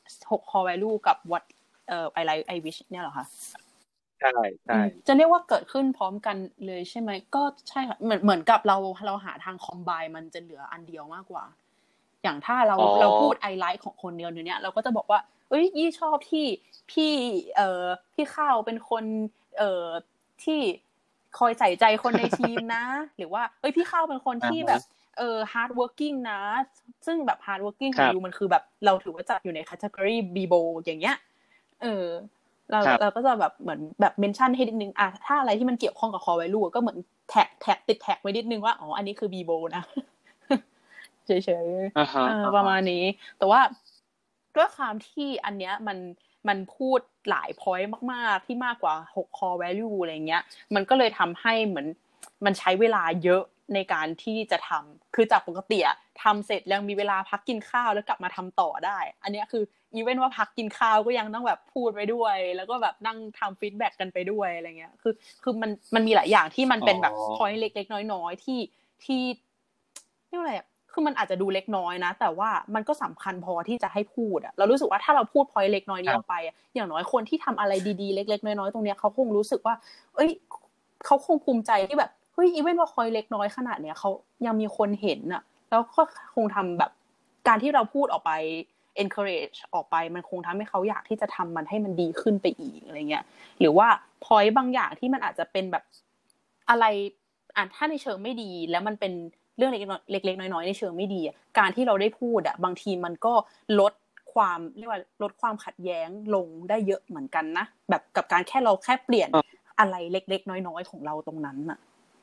6 core value กับ what I like I wish เนี่ยเหรอคะใช่จะเรียกว่าเกิดขึ้นพร้อมกันเลยใช่ไหมก็ใช่ค่ะเหมือนกับเราหาทางคอมไบมันจะเหลืออันเดียวมากกว่าอย่างถ้าเราพูด I like ของคนเดียวเนี่ยเราก็จะบอกว่ายี่ชอบที่พี่ข้าวเป็นคนที่คอยใส่ใจคนในทีมนะหรือว่าพี่ข้าวเป็นคนที่แบบhard working นะซึ่งแบบ hard working ของยูมันคือแบบเราถือว่าจัดอยู่ใน category Bibo อย่างเงี้ยเราก็จะแบบเหมือนแบบเมนชั่นให้นิดนึงถ้าอะไรที่มันเกี่ยวข้องกับ core value ก็เหมือนแท็กติดแท็กไว้นิดนึงว่าอันนี้คือ Bibo นะเฉยๆประมาณนี้แต่ว่าด้วยความที่อันเนี้ยมันพูดหลาย point มากๆที่มากกว่า6 core value อะไรเงี้ยมันก็เลยทำให้เหมือนมันใช้เวลาเยอะในการที่จะทำคือจากปกติทำเสร็จยังมีเวลาพักกินข้าวแล้วกลับมาทำต่อได้อันนี้คืออีเวนต์ว่าพักกินข้าวก็ยังต้องแบบพูดไปด้วยแล้วก็แบบนั่งทำฟีดแบ็กกันไปด้วยอะไรเงี้ยคือมันมีหลายอย่างที่มันเป็นแบบ point เล็กๆน้อยๆที่เรียกว่าอะไรคือมันอาจจะดูเล็กน้อยนะแต่ว่ามันก็สำคัญพอที่จะให้พูดเรารู้สึกว่าถ้าเราพูด point เล็กน้อยนี้ออกไปอย่างน้อยคนที่ทำอะไรดีๆเล็กๆน้อยๆตรงเนี้ยเขาคงรู้สึกว่าเขาคงภูมิใจที่แบบอีเวนต์ว่าคอยเล็กน้อยขนาดเนี้ยเขายังมีคนเห็นอะแล้วก็คงทำแบบการที่เราพูดออกไป encourage ออกไปมันคงทำให้เขาอยากที่จะทำมันให้มันดีขึ้นไปอีกอะไรเงี้ยหรือว่า point บางอย่างที่มันอาจจะเป็นแบบอะไรถ้าในเชิงไม่ดีแล้วมันเป็นเรื่องเล็กๆน้อยๆในเชิงไม่ดีการที่เราได้พูดบางทีมันก็ลดความเรียกว่าลดความขัดแย้งลงได้เยอะเหมือนกันนะแบบกับการแค่เปลี่ยนอะไรเล็กๆน้อยๆของเราตรงนั้นน่ะ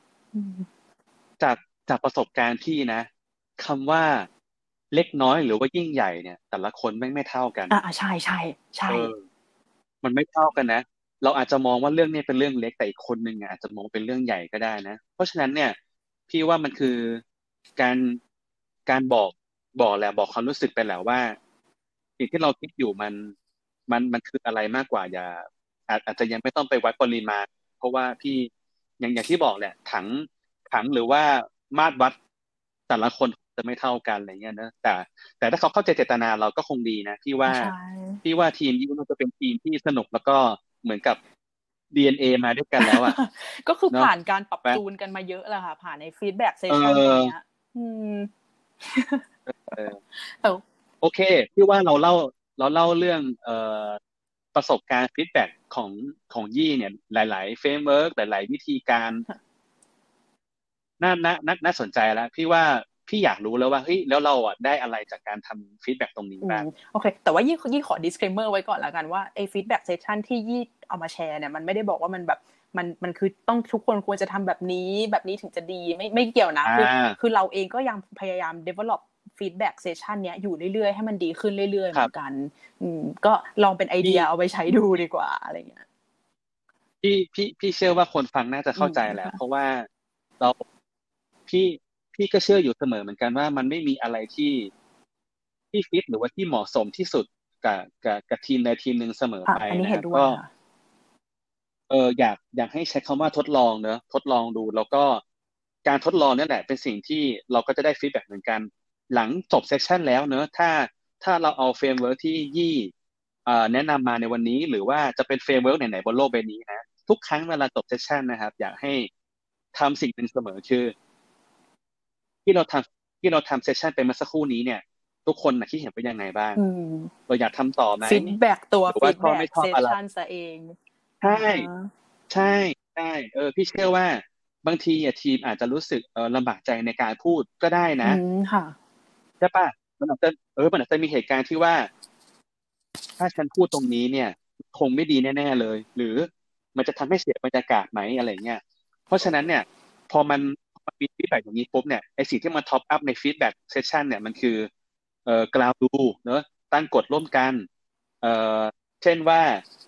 จากประสบการณ์พี่นะคำว่าเล็กน้อยหรือว่ายิ่งใหญ่เนี่ยแต่ละคนไม่เท่ากันใช่ใช่ใช่มันไม่เท่ากันนะเราอาจจะมองว่าเรื่องนี้เป็นเรื่องเล็กแต่อีกคนหนึ่งอาจจะมองเป็นเรื่องใหญ่ก็ได้นะเพราะฉะนั้นเนี่ยพี่ว่ามันคือการการบอกแหละบอกความรู้สึกไปแหละว่าสิ่งที่เราคิดอยู่มันคืออะไรมากกว่าอย่าอาจจะยังไม่ต้องไปวัดปริมาณเพราะว่าพี่อย่างที่บอกแหละถังหรือว่ามาตรวัดแต่ละคนจะไม่เท่ากันอะไรเงี้ยนะแต่ถ้าเขาเข้าใจเจตนาเราก็คงดีนะพี่ว่าทีมนี้มันจะเป็นทีมที่สนุกแล้วก็เหมือนกับ DNA มาด้วยกันแล้วอ่ะก็คือผ่านการปรับจูนกันมาเยอะแล้วค่ะผ่านในฟีดแบ็กเซสชั่นตรงเนี้ยโอเคพี่ว่าเราเล่าเรื่องประสบการณ์ฟีดแบ็กของยี่เนี่ยหลายๆเฟรมเวิร์กหลายๆวิธีการน่าสนใจแล้วพี่ว่าพี่อยากรู้แล้วว่าเฮ้ยแล้วเราอ่ะได้อะไรจากการทำฟีดแบ็กตรงนี้บ้างโอเคแต่ว่ายี่ขอ disclaimer ไว้ก่อนแล้วกันว่าไอ้ feedback session ที่ยี่เอามาแชร์เนี่ยมันไม่ได้บอกว่ามันแบบมันคือต้องทุกคนควรจะทำแบบนี้ถึงจะดีไม่เกี่ยวนะคือเราเองก็ยังพยายาม develop feedback session เนี้ยอยู่เรื่อยๆให้มันดีขึ้นเรื่อยๆเหมือนกันก็ลองเป็นไอเดียเอาไปใช้ดูดีกว่าอะไรเงี้ยพี่เชื่อว่าคนฟังน่าจะเข้าใจแหละเพราะว่าเราพี่พี่ก็เชื่ออยู่เสมอเหมือนกันว่ามันไม่มีอะไรที่ฟิตหรือว่าที่เหมาะสมที่สุดกับทีมใดทีมหนึ่งเสมอไปอันนี้นะเห็นด้วยก็ค่ะอยากให้ใช้คำว่าทดลองเนอะทดลองดูแล้วก็การทดลองนี่แหละเป็นสิ่งที่เราก็จะได้ฟีดแบ็กเหมือนกันหลังจบเซสชันแล้วเนอะถ้าเราเอาเฟรมเวิร์กที่ยี่แนะนำมาในวันนี้หรือว่าจะเป็นเฟรมเวิร์กไหนๆบนโลกใบนี้นะทุกครั้งเวลาจบเซสชันนะครับอยากให้ทำสิ่งหนึ่งเสมอคือที่เราทำเซสชันไปเมื่อสักครู่นี้เนี่ยทุกคนนะคิดเห็นเป็นยังไงบ้างเราอยากทำต่อไหมฟีดแบ็กตัวหรือว่าฟีดแบ็กชอบไม่ชอเซบอะไรสชั่นซะเองใช่ใช่ใช่พี่เชื่อว่าบางทีทีมอาจจะรู้สึกลำบากใจในการพูดก็ได้นะค่ะใช่ป่ะมันอาจจะมีเหตุการณ์ที่ว่าถ้าฉันพูดตรงนี้เนี่ยคงไม่ดีแน่ๆเลยหรือมันจะทำให้เสียบรรยากาศไหมอะไรเงี้ยเพราะฉะนั้นเนี่ยพอมันมีฟีดแบ็กอย่างนี้ปุ๊บเนี่ยไอสิ่งที่มันท็อปอัพในฟีดแบ็กเซสชันเนี่ยมันคือกราวดูเนอะตั้งกฎร่วมกันเอ่อเช่นว่า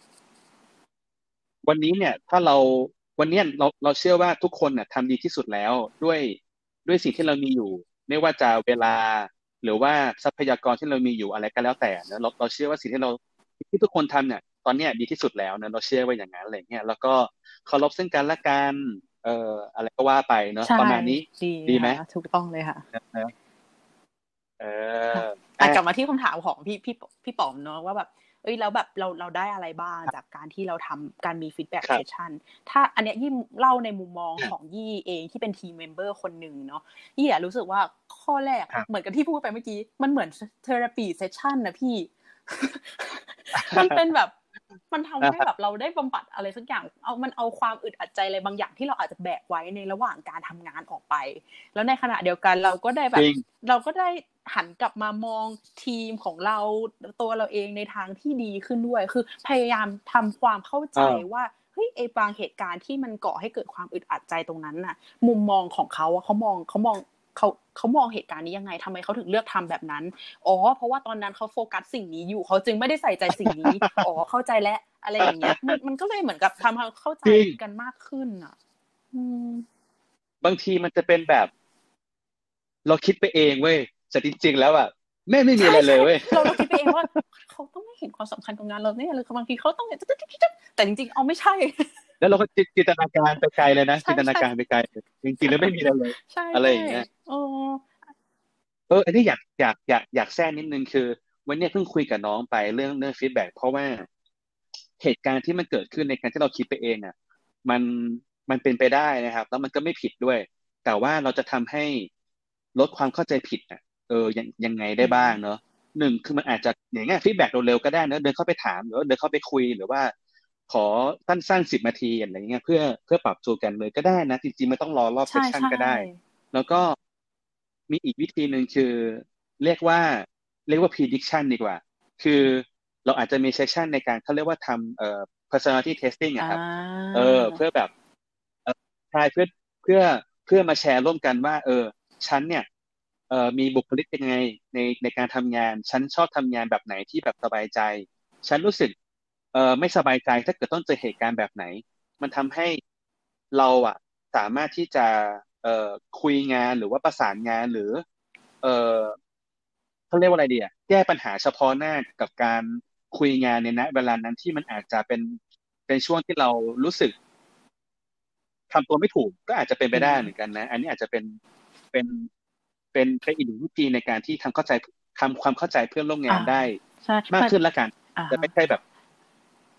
วันนี้เนี่ยถ้าเราวันเนี้ยเราเชื่อว่าทุกคนเนี่ยทำดีที่สุดแล้วด้วยสิ่งที่เรามีอยู่ไม่ว่าจะเวลาหรือว่าทรัพยากรที่เรามีอยู่อะไรก็แล้วแต่นะเราเชื่อว่าสิ่งที่ทุกคนทำเนี่ยตอนเนี้ยดีที่สุดแล้วนะเราเชื่อว่าอย่างนั้นอะไรเงี้ยแล้วก็เคารพซึ่งกันและกันอะไรก็ว่าไปเนาะใช่ประมาณนี้ดีดีไหมค่ะถูกต้องเลยค่ะเอกอ่ะลับมาที่คำถามของพี่ป๋อมเนาะว่าแบบแล้วแบบเราได้อะไรบ้างจากการที่เราทำการมีฟีดแบ็กครับเซสชั่นถ้าอันเนี้ยยี่เล่าในมุมมองของยี่เองที่เป็นทีมเมมเบอร์คนหนึ่งเนาะยี่รู้สึกว่าข้อแรกเหมือนกับที่พูดไปเมื่อกี้มันเหมือนเทอราปีเซสชั่นนะพี่ มันเป็นแบบมันทำให้แบบเราได้บำบัดอะไรสักอย่างมันเอาความอึดอัดใจอะไรบางอย่างที่เราอาจจะแบกไว้ในระหว่างการทำงานออกไปแล้วในขณะเดียวกันเราก็ได้แบบเราก็ได้หันกลับมามองทีมของเราตัวเราเองในทางที่ดีขึ้นด้วยคือพยายามทำความเข้าใจว่าเฮ้ยไอ้บางเหตุการณ์ที่มันก่อให้เกิดความอึดอัดใจตรงนั้นน่ะมุมมองของเขาเขามองเหตุการณ์นี้ยังไงทำไมเขาถึงเลือกทำแบบนั้นเพราะว่าตอนนั้นเขาโฟกัสสิ่งนี้อยู่เขาจึงไม่ได้ใส่ใจสิ่งนี้เข้าใจแล้วอะไรอย่างเงี้ยมันก็เลยเหมือนกับทำให้เข้าใจกันมากขึ้นอ่ะบางทีมันจะเป็นแบบเราคิดไปเองเว้ยแต่จริงๆแล้วอ่ะแม่ไม่มีอะไรเลยเว้ยเราคิดไปเองว่าเขาต้องไม่เห็นความสำคัญของงานเราเนี่ยเลยบางทีเขาต้องแต่จริงๆไม่ใช่แล้วเราก็จินตนาการไปไกลเลยนะจินตนาการไปไกลจริงๆแล้วไม่มีอะไรเลยใช่อะไรอย่างเงี้ยโอ้อันนี้อยากแทรกนิดนึงคือวันเนี้ยเพิ่งคุยกับน้องไปเรื่องฟีดแบ็กเพราะว่าเหตุการณ์ที่มันเกิดขึ้นในการที่เราคิดไปเองอ่ะมันมันเป็นไปได้นะครับแล้วมันก็ไม่ผิดด้วยแต่ว่าเราจะทำให้ลดความเข้าใจผิดอ่ะยังไงได้บ้างเนาะหนึ่งคือมันอาจจะอย่างเงี้ยฟีดแบ็กเร็วๆก็ได้เนอะเดินเข้าไปถามหรือว่าเดินเข้าไปคุยหรือว่าขอสั้นๆ10 นาทีอะไรเงี้ยเพื่อปรับตัวกันเลยก็ได้นะจริงๆไม่ต้องรอรอบเซสชั่นก็ได้แล้วก็ มีอีกวิธีหนึ่งคือเรียกว่าเรียกว่า prediction ดีกว่าคือเราอาจจะมีเซสชันในการเขาเรียกว่าทำpersonality testing อะครับเพื่อแบบใช่เพื่อเพื่อมาแชร์ร่วมกันว่าฉันเนี่ยมีบุคลิกเป็นยังไงในการทำงานฉันชอบทำงานแบบไหนที่แบบสบายใจฉันรู้สึกไม่สบายใจถ้าเกิดต้องเจอเหตุการณ์แบบไหนมันทำให้เราอะสามารถที่จะคุยงานหรือว่าประสานงานหรือเอ่อเขาเรียกว่าอะไรดีอะแก้ปัญหาเฉพาะหน้ากับการคุยงานในณเวลานั้นที่มันอาจจะเป็นช่วงที่เรารู้สึกทำตัวไม่ถูกก็อาจจะเป็นไปได้เหมือนกันนะอันนี้อาจจะเป็นเป็นอีกหนึ่งวิธีในการที่ทำความเข้าใจเพื่อนร่วมงานได้มากขึ้นละกันจะไม่ใช่แบบ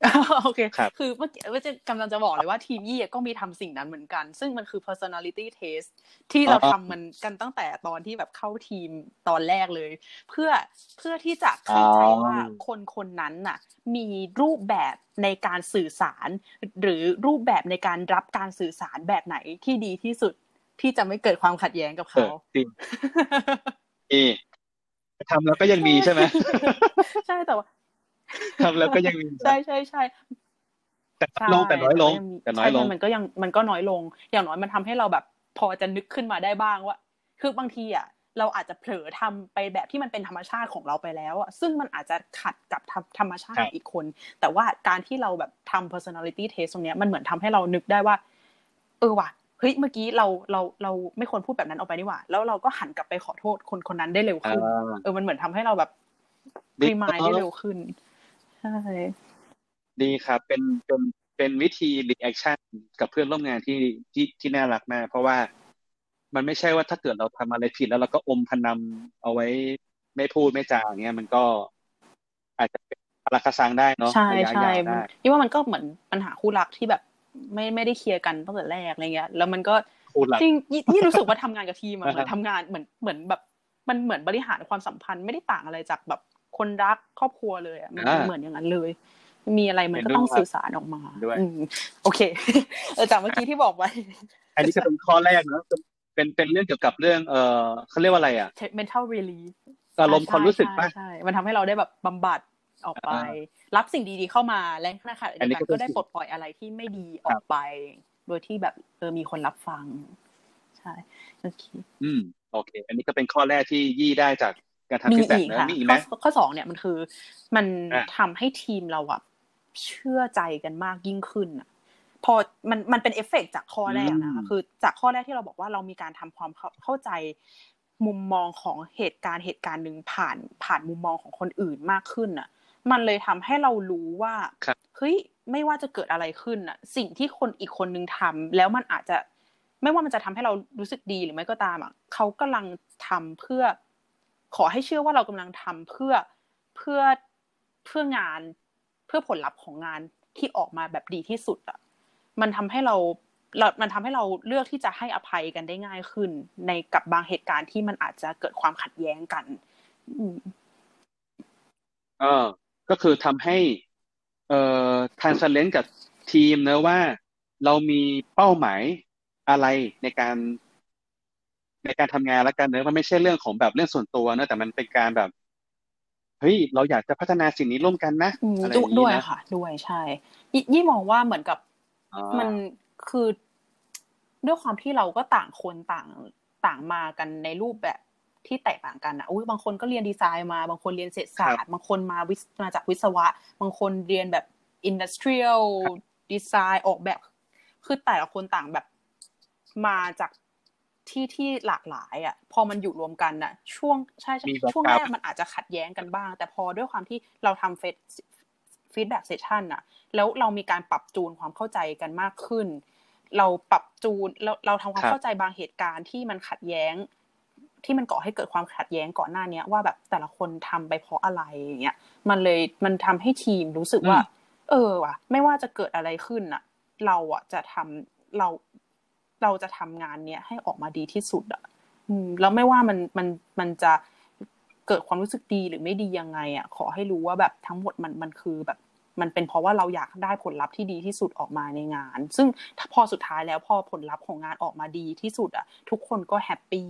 โอเคครับคือเมื่อกี้ว่าจะกำลังจะบอกเลยว่าทีมยี่ก็มีทำสิ่งนั้นเหมือนกันซึ่งมันคือ personality test ที่เราทำมันกันตั้งแต่ตอนที่แบบเข้าทีมตอนแรกเลยเพื่อที่จะเข้าใจว่าคนคนนั้นน่ะมีรูปแบบในการสื่อสารหรือรูปแบบในการรับการสื่อสารแบบไหนที่ดีที่สุดที่จะไม่เกิดความขัดแย้งกับเขาจริงนี่ทำแล้วก็ยังมีใช่ไหมใช่แต่ว่าทำแล้วก็ยังมีใช่นะใช่ใช่แต่ใช่ลงแต่น้อยลงแต่ก็ยังมีใช่ใช่แต่น้อยลงมันก็น้อยลงอย่างน้อยมันทำให้เราแบบพอจะนึกขึ้นมาได้บ้างว่าคือบางทีอ่ะเราอาจจะเผลอทำไปแบบที่มันเป็นธรรมชาติของเราไปแล้วอ่ะซึ่งมันอาจจะขัดกับธรรมชาติของอีกคนแต่ว่าการที่เราแบบทำ personality test ตรงเนี้ยมันเหมือนทำให้เรานึกได้ว่าว่ะเฮ้ยเมื่อกี้เราไม่ควรพูดแบบนั้นออกไปนี่หว่าแล้วเราก็หันกลับไปขอโทษคนคนนั้นได้เร็วอ่ขึ้นามันเหมือนทำให้เราแบบดี remind ได้เร็วขึ้นใช่ดีครับเป็นวิธี reaction กับเพื่อนร่วมงานที่น่ารักมากเพราะว่ามันไม่ใช่ว่าถ้าเกิดเราทำอะไรผิดแล้วเราก็อมพนำเอาไว้ไม่พูดไม่จาอย่างเงี้ยมันก็อาจจะเป็นพลักซังได้เนาะใช่ระยะใช่ยาวได้นี่ว่ามันก็เหมือนปัญหาคู่รักที่แบบไม่ได้เคลียร์กันตั้งแต่แรกอะไรเงี้ยแล้วมันก็พูดหลักจริงยี่รู้สึกว่าทำงานกับทีมอะเหมือนทำงานเหมือนแบบมันเหมือนบริหารความสัมพันธ์ไม่ได้ต่างอะไรจากแบบคนรักครอบครัวเลยอะมันเหมือนอย่างนั้นเลยมีอะไรมันก็ต้องสื่อสารออกมาด้วยโอเคจากเมื่อกี้ที่บอกไว้อันนี้ก็เป็นข้อแรกเนาะเป็นเรื่องเกี่ยวกับเรื่องเขาเรียกว่าอะไรอ่ะ mental relief อารมณ์ความรู้สึกป่ะใช่มันทำให้เราได้แบบบำบัดออกไปรับสิ่งดีๆเข้ามาและขณะเดียวกันก็ได้ปลดปล่อยอะไรที่ไม่ดีออกไปโดยที่แบบมีคนรับฟังใช่โอเคโอเคอันนี้ก็เป็นข้อแรกที่ยี่ได้จากการทำมีฟีดแบ็กอีกค่ะนะมีอีกไหมข้อสองเนี่ยมันคือมันทำให้ทีมเราอะเชื่อใจกันมากยิ่งขึ้นอะพอมันเป็นเอฟเฟกต์จากข้อแรกนะคะคือจากข้อแรกที่เราบอกว่าเรามีการทำความเข้าใจมุมมองของเหตุการณ์หนึ่งผ่านมุมมองของคนอื่นมากขึ้นน่ะมันเลยทำให้เรารู้ว่าเฮ้ยไม่ว่าจะเกิดอะไรขึ้นน่ะสิ่งที่คนอีกคนนึงทำแล้วมันอาจจะไม่ว่ามันจะทำให้เรารู้สึกดีหรือไม่ก็ตามอ่ะเขากำลังทำเพื่อขอให้เชื่อว่าเรากำลังทำเพื่องานเพื่อผลลัพธ์ของงานที่ออกมาแบบดีที่สุดอ่ะมันทำให้เราเลือกที่จะให้อภัยกันได้ง่ายขึ้นในกับบางเหตุการณ์ที่มันอาจจะเกิดความขัดแย้งกันเออก็คือทำให้transparent กับทีมนะว่าเรามีเป้าหมายอะไรในการในการทำงานแล้วกันเนอะมันไม่ใช่เรื่องของแบบเรื่องส่วนตัวนะแต่มันเป็นการแบบเฮ้ยเราอยากจะพัฒนาสิ่งนี้ร่วมกันนะอะไรอย่างนี้ด้วยนะค่ะด้วยใช่ยี่มองว่าเหมือนกับมันคือด้วยความที่เราก็ต่างคนต่างมากันในรูปแบบที่แตกต่างกันอ่ะบางคนก็เรียนดีไซน์มาบางคนเรียนเศรษฐศาสตร์บางคนมาจากวิศวะบางคนเรียนแบบ industrial design ออกแบบคือแต่ละคนต่างแบบมาจากที่หลากหลายอ่ะพอมันอยู่รวมกันอ่ะช่วงแรกมันอาจจะขัดแย้งกันบ้างแต่พอด้วยความที่เราทำฟีดแบ็กเซสชั่นอ่ะแล้วเรามีการปรับจูนความเข้าใจกันมากขึ้นเราปรับจูนเราทำความเข้าใจบางเหตุการณ์ที่มันขัดแย้งที่มันก่อให้เกิดความขัดแย้งก่อนหน้านี้ว่าแบบแต่ละคนทำไปเพราะอะไรอย่างเงี้ยมันทำให้ทีมรู้สึกว่าว่ะไม่ว่าจะเกิดอะไรขึ้นอ่ะเราอ่ะจะทำเราจะทำงานเนี้ยให้ออกมาดีที่สุดอ่ะแล้วไม่ว่ามันจะเกิดความรู้สึกดีหรือไม่ดียังไงอ่ะขอให้รู้ว่าแบบทั้งหมดมันคือแบบมันเป็นเพราะว่าเราอยากได้ผลลัพธ์ที่ดีที่สุดออกมาในงานซึ่งพอสุดท้ายแล้วพอผลลัพธ์ของงานออกมาดีที่สุดอ่ะทุกคนก็แฮปปี้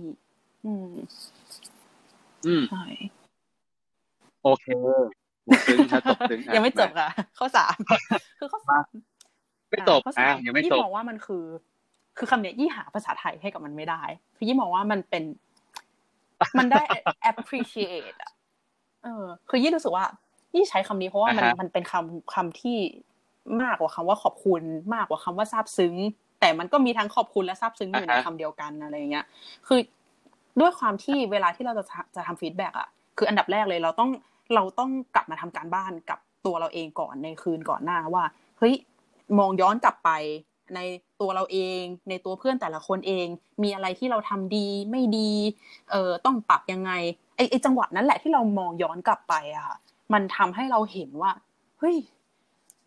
ใช่โอเคซึ้งครับจบซึ้งยังไม่จบค่ะข้อสามคือข้อสามไม่จบยังไม่จบยี่มองว่ามันคือคำเนี้ยยี่หาภาษาไทยให้กับมันไม่ได้คือยี่มองว่ามันได้ appreciate อ่ะคือยี่รู้สึกว่ายี่ใช้คำนี้เพราะว่ามันเป็นคำที่มากกว่าคำว่าขอบคุณมากกว่าคำว่าซาบซึ้งแต่มันก็มีทั้งขอบคุณและซาบซึ้งอยู่ในคำเดียวกันอะไรเงี้ยคือด้วยความที่เวลาที่เราจะทำฟีดแบ็กอ่ะคืออันดับแรกเลยเราต้องกลับมาทำการบ้านกับตัวเราเองก่อนในคืนก่อนหน้าว่าเฮ้ยมองย้อนกลับไปในตัวเราเองในตัวเพื่อนแต่ละคนเองมีอะไรที่เราทำดีไม่ดีต้องปรับยังไงไอ้จังหวะนั้นแหละที่เรามองย้อนกลับไปอะค่ะมันทำให้เราเห็นว่าเฮ้ย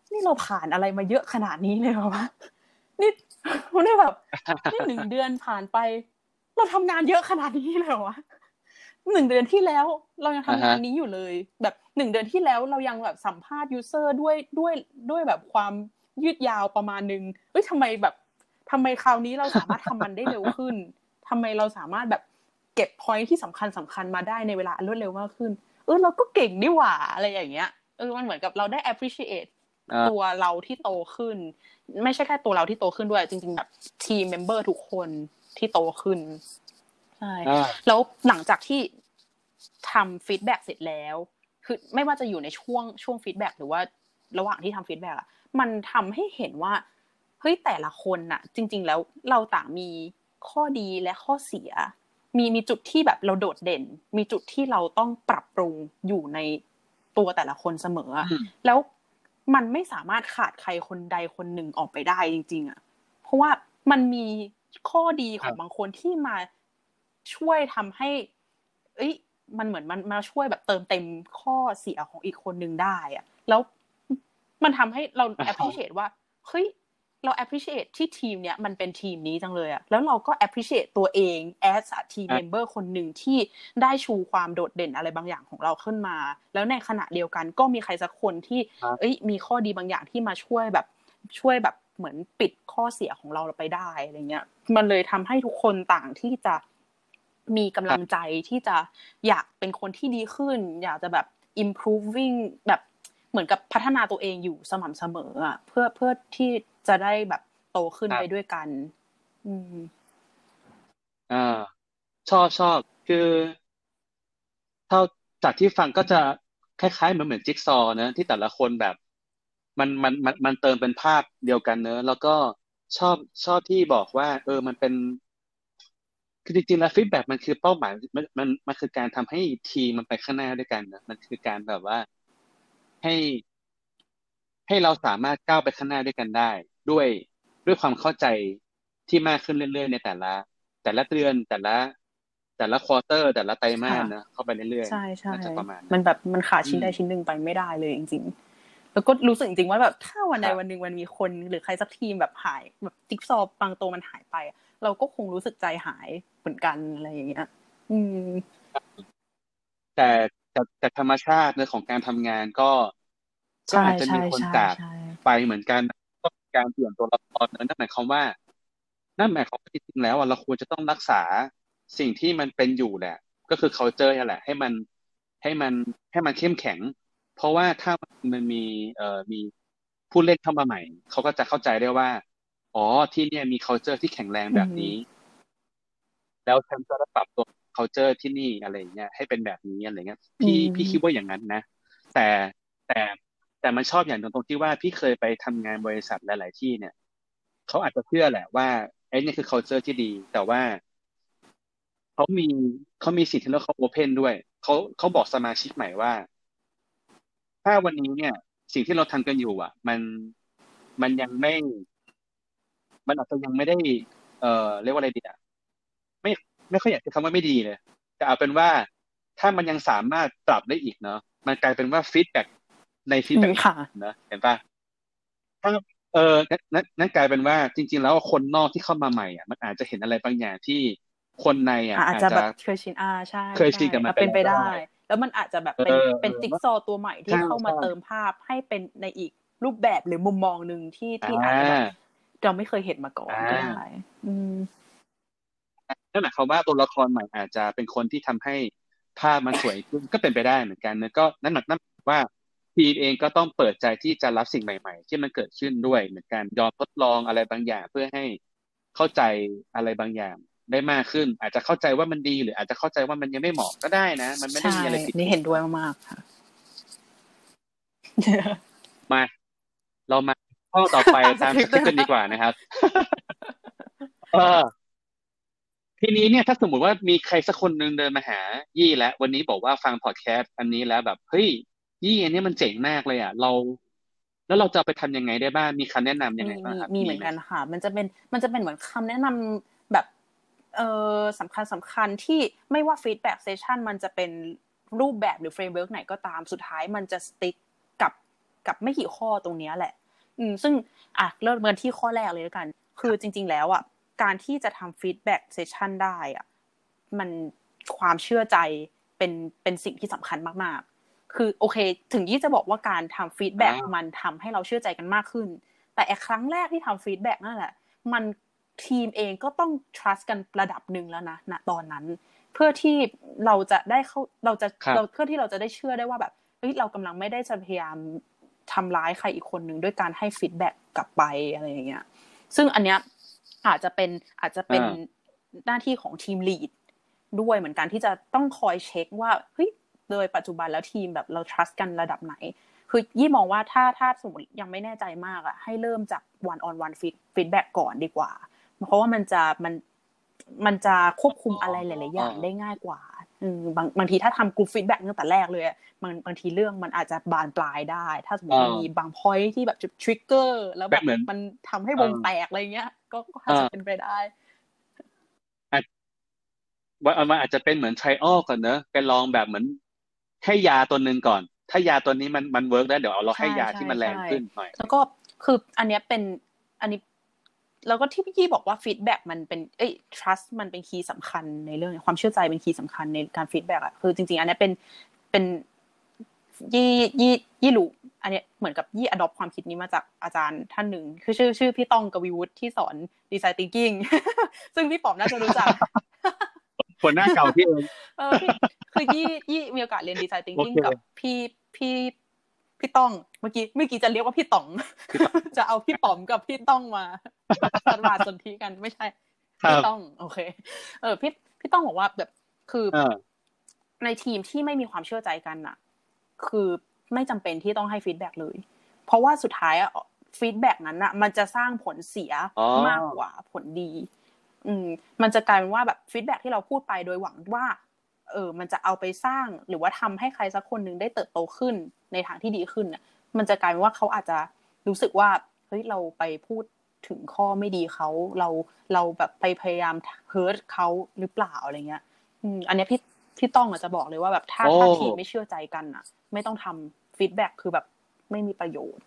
นี่เราผ่านอะไรมาเยอะขนาดนี้เลยเหรอวะนี่นี่แบบนี่1 เดือนผ่านไปเราทำงานเยอะขนาดนี้เลยเหรอวะ1 เดือนที่แล้วเรายังทำงานนี้อยู่เลยแบบ1 เดือนที่แล้วเรายังแบบสัมภาษณ์ยูเซอร์ด้วยแบบความยืดยาวประมาณนึงเฮ้ยทำไมคราวนี้เราสามารถทำมันได้เร็วขึ้นทำไมเราสามารถแบบเก็บ point ที่สำคัญมาได้ในเวลารวดเร็วมากขึ้นเราก็เก่งนี่หว่าอะไรอย่างเงี้ยมันเหมือนกับเราได้ appreciate ตัวเราที่โตขึ้นไม่ใช่แค่ตัวเราที่โตขึ้นด้วยจริงๆแบบทีมเมมเบอร์ทุกคนที่โตขึ้นใช่แล้วหลังจากที่ทำฟีดแบ็กเสร็จแล้วคือไม่ว่าจะอยู่ในช่วงฟีดแบ็กหรือว่าระหว่างที่ทำฟีดแบ็กอะมันทำให้เห็นว่าเฮ้ยแต่ละคนน่ะจริงๆแล้วเราต่างมีข้อดีและข้อเสียมีจุดที่แบบเราโดดเด่นมีจุดที่เราต้องปรับปรุงอยู่ในตัวแต่ละคนเสมอแล้วมันไม่สามารถขาดใครคนใดคนหนึ่งออกไปได้จริงๆอ่ะเพราะว่ามันมีข้อดีของบางคนที่มาช่วยทำให้มันเหมือนมันมาช่วยแบบเติมเต็มข้อเสียของอีกคนหนึ่งได้อ่ะแล้วมันทำให้เรา appreciate ว่าเฮ้ยเรา appreciate ที่ทีมเนี้ยมันเป็นทีมนี้จังเลยอะแล้วเราก็ appreciate ตัวเอง as a team member คนหนึ่งที่ได้ชูความโดดเด่นอะไรบางอย่างของเราขึ้นมาแล้วในขณะเดียวกันก็มีใครสักคนที่มีข้อดีบางอย่างที่มาช่วยแบบเหมือนปิดข้อเสียของเราไปได้อะไรเงี้ยมันเลยทำให้ทุกคนต่างที่จะมีกำลังใจที่จะอยากเป็นคนที่ดีขึ้นอยากจะแบบ improving แบบเหมือนกับพัฒนาตัวเองอยู่สม่ำเสมออ่ะเพื่อที่จะได้แบบโตขึ้นไปด้วยกันอ่าชอบคือเท่าจากที่ฟังก็จะคล้ายๆเหมือนจิ๊กซอว์นะที่แต่ละคนแบบมันเติมเป็นภาพเดียวกันเนอะแล้วก็ชอบชอบที่บอกว่ามันเป็นคือจริงๆแล้วฟีดแบ็กมันคือเป้าหมายมันคือการทำให้ทีมมันไปข้างหน้าด้วยกันนะมันคือการแบบว่าให้ให้เราสามารถก้าวไปข้างหน้าด้วยกันได้ด้วยด้วยความเข้าใจที่มากขึ้นเรื่อยๆในแต่ละเดือนแต่ละควอเตอร์แต่ละไตรมาสนะเข้าไปเรื่อยใช่ใช่ๆน่าจะประมาณนั้นมันแบบมันขาดชิ้นใดชิ้นหนึ่งไปไม่ได้เลยจริงๆแล้วก็รู้สึกจริงๆว่าแบบถ้าวันใดวันหนึ่งมันมีคนหรือใครสักทีมแบบหายแบบจิ๊กซอว์บางตัวมันหายไปเราก็คงรู้สึกใจหายเหมือนกันอะไรอย่างเงี้ยแต่แต่ธรรมชาติในของการทำงานก็ใช่อาจจะใช่มีคนใช่จากใช่ไปเหมือนกันก็การเปลี่ยนตัวละครเนอะนั่นหมายความว่าจริงๆแล้วเราควรจะต้องรักษาสิ่งที่มันเป็นอยู่แหละก็คือ culture นี่แหละให้มันให้มันเข้มแข็งเพราะว่าถ้ามันมีผู้เล่นเข้ามาใหม่เขาก็จะเข้าใจได้ว่าอ๋อที่เนี่ยมี culture ที่แข็งแรงแบบนี้ แล้วฉันก็ปรับตัว culture ที่นี่อะไรเงี้ยให้เป็นแบบนี้อะไรเงี้ยพี่คิดว่าอย่างนั้นนะแต่แต่แต่มันชอบอย่างตรงที่ว่าพี่เคยไปทำงานบริษัทหลายๆที่เนี่ยเขาอาจจะเชื่อแหละว่าไอ้นี่คือ culture ที่ดีแต่ว่าเขามีเขามีสิ่งที่เรียกว่าเขา open ด้วยเขาบอกสมาชิกใหม่ว่าถ้าวันนี้เนี่ยสิ่งที่เราทำกันอยู่มันยังไม่มันอาจจะยังไม่ได้เรียกว่าอะไรดีอ่ะ ไม่ไม่ค่อยอยากใช้คำว่าไม่ดีเลยแต่เอาเป็นว่าถ้ามันยังสามารถปรับได้อีกเนาะมันกลายเป็นว่าฟีดแบ็กในฟีดแบ็กค่ะเนอะเห็นปะถ้านั่นกลายเป็นว่าจริงๆแล้วคนนอกที่เข้ามาใหม่อ่ะมันอาจจะเห็นอะไรบางอย่างที่คนในอ่ะอาจจะอาจจะแบบเคยชินใช่เคยใช่ชินกับมันไปเป็นไปได้แล้วก็ได้แล้วมันอาจจะแบบเออเป็นจิ๊กว่าซอว์ตัวใหม่ที่ใช่เข้ามาใช่เติมภาพให้เป็นในอีกรูปแบบหรือมุมมองหนึ่งที่อ่อาจจะแบบาเราไม่เคยเห็นมาก่ออ่นก็ได้าอืมนั่นหมายความว่าตัวละครใหม่อาจจะเป็นคนที่ทำให้ภาพมันสวยขึ้นก็เป็นไปได้เหมือนกันนะก็นั่นหมายว่าทีมเองก็ต้องเปิดใจที่จะรับสิ่งใหม่ๆที่มันเกิดขึ้นด้วยเหมือนกันยอมทดลองอะไรบางอย่างเพื่อให้เข้าใจอะไรบางอย่างได้มากขึ้นอาจจะเข้าใจว่ามันดีหรืออาจจะเข้าใจว่ามันยังไม่เหมาะก็ได้นะมันไม่ได้ใช่มีอะไรผิดนี่ถูกเนาะเห็นด้วยมากๆค่ะมาเรามาข้อต่อไปตามสตามคริปต์ด้วยนะสคริปต์กันดีกว่านะครับเออ ทีนี้เนี่ยถ้าสมมุติว่ามีใครสักคนหนึ่งเดินมาหายี่แล้ววันนี้บอกว่าฟังพอดแคสต์อันนี้แล้วแบบเฮ้ยยี่อันนี้มันเจ๋งมากเลยอ่ะแล้วเราจะเอาไปทำยังไงได้บ้างมีคำแนะนำยังมีไงบ้างครับมีเหมือนมีไหมกันค่ะมันจะเป็นเหมือนคำแนะนำแบบสำคัญที่ไม่ว่าฟีดแบ็กเซสชันมันจะเป็นรูปแบบหรือเฟรมเวิร์กไหนก็ตามสุดท้ายมันจะสติ๊กกับกับไม่กี่ข้อตรงนี้แหละซึ่งเริ่มกันที่ข้อแรกเลยแล้วกันคือจริงๆแล้วการที่จะทำฟีดแบ็กเซสชั่นได้มันความเชื่อใจเป็นสิ่งที่สำคัญมากๆคือโอเคถึงยี่จะบอกว่าการทำฟีดแบ็กมันทำให้เราเชื่อใจกันมากขึ้นแต่ครั้งแรกที่ทำฟีดแบ็กนั่นแหละมันทีมเองก็ต้อง trust กันระดับหนึ่งแล้วนะณตอนนั้นเพื่อที่เราจะได้เพื่อที่เราจะได้เชื่อได้ว่าแบบเรากำลังไม่ได้จะพยายามทำร้ายใครอีกคนหนึ่งด้วยการให้ฟีดแบ็กกลับไปอะไรอย่างเงี้ยซึ่งอันเนี้ยอาจจะเป็นหน้าที่ของทีมลีดด้วยเหมือนกันที่จะต้องคอยเช็คว่าเฮ้ยโดยปัจจุบันแล้วทีมแบบเรา trust กันระดับไหนคือยี่มองว่าถ้าสมมติยังไม่แน่ใจมากให้เริ่มจาก one on one feedback ก่อนดีกว่าเพราะว่ามันจะควบคุมอะไรหลายๆอย่างได้ง่ายกว่าบางทีถ้าทำกรุ๊ปฟีดแบ็กตั้งแต่แรกเลยบางทีเรื่องมันอาจจะบานปลายได้ถ้าสมมติมีบางพอยท์ที่แบบจุดทริกเกอร์แล้วแบบมันทำให้วงแตกอะไรเงี้ยก็อาจจะเป็นไปได้มันอาจจะเป็นเหมือนไทรอัลก่อนเนอะไปลองแบบเหมือนให้ยาตัวนึงก่อนถ้ายาตัวนี้มันเวิร์กแล้วเดี๋ยวเราให้ยาที่มันแรงขึ้นหน่อยแล้วก็คืออันนี้แล้วก็ที่พี่กี้บอกว่าฟีดแบ็กมันเป็นtrust มันเป็นคีย์สำคัญในเรื่องความเชื่อใจเป็นคีย์สำคัญในการฟีดแบ็กคือจริงๆอันนี้เป็นยี่รู้อันนี้เหมือนกับยี่ adopt ความคิดนี้มาจากอาจารย์ท่านหนึ่งคือชื่อพี่ต้องกวีวุฒิที่สอน design thinking ซึ่งพี่ป๋อมน่าจะรู้จักคนหน้าเก่าพี่เองคือยี่มีโอกาสเรียน design thinking กับพี่ต้องเมื่อกี้จะเรียกว่าพี่ต๋องจะเอาพี่ป๋อมกับพี่ต้องมาสนธิกันไม่ใช่พี่ต้องโอเคพี่ต้องบอกว่าแบบคือในทีมที่ไม่มีความเชื่อใจกันคือไม่จำเป็นที่ต้องให้ฟีดแบ็กเลยเพราะว่าสุดท้ายฟีดแบ็กนั้นมันจะสร้างผลเสียมากกว่าผลดีมันจะกลายเป็นว่าแบบฟีดแบ็กที่เราพูดไปโดยหวังว่ามันจะเอาไปสร้างหรือว่าทำให้ใครสักคนนึงได้เติบโตขึ้นในทางที่ดีขึ้นมันจะกลายเป็นว่าเขาอาจจะรู้สึกว่าเฮ้ยเราไปพูดถึงข้อไม่ดีเขาเราแบบไปพยายามเฮิร์ตเขาหรือเปล่าอะไรเงี้ยอันนี้พี่ต้องจะบอกเลยว่าแบบถ้าทีมไม่เชื่อใจกันไม่ต้องทำฟีดแบ็กคือแบบไม่มีประโยชน์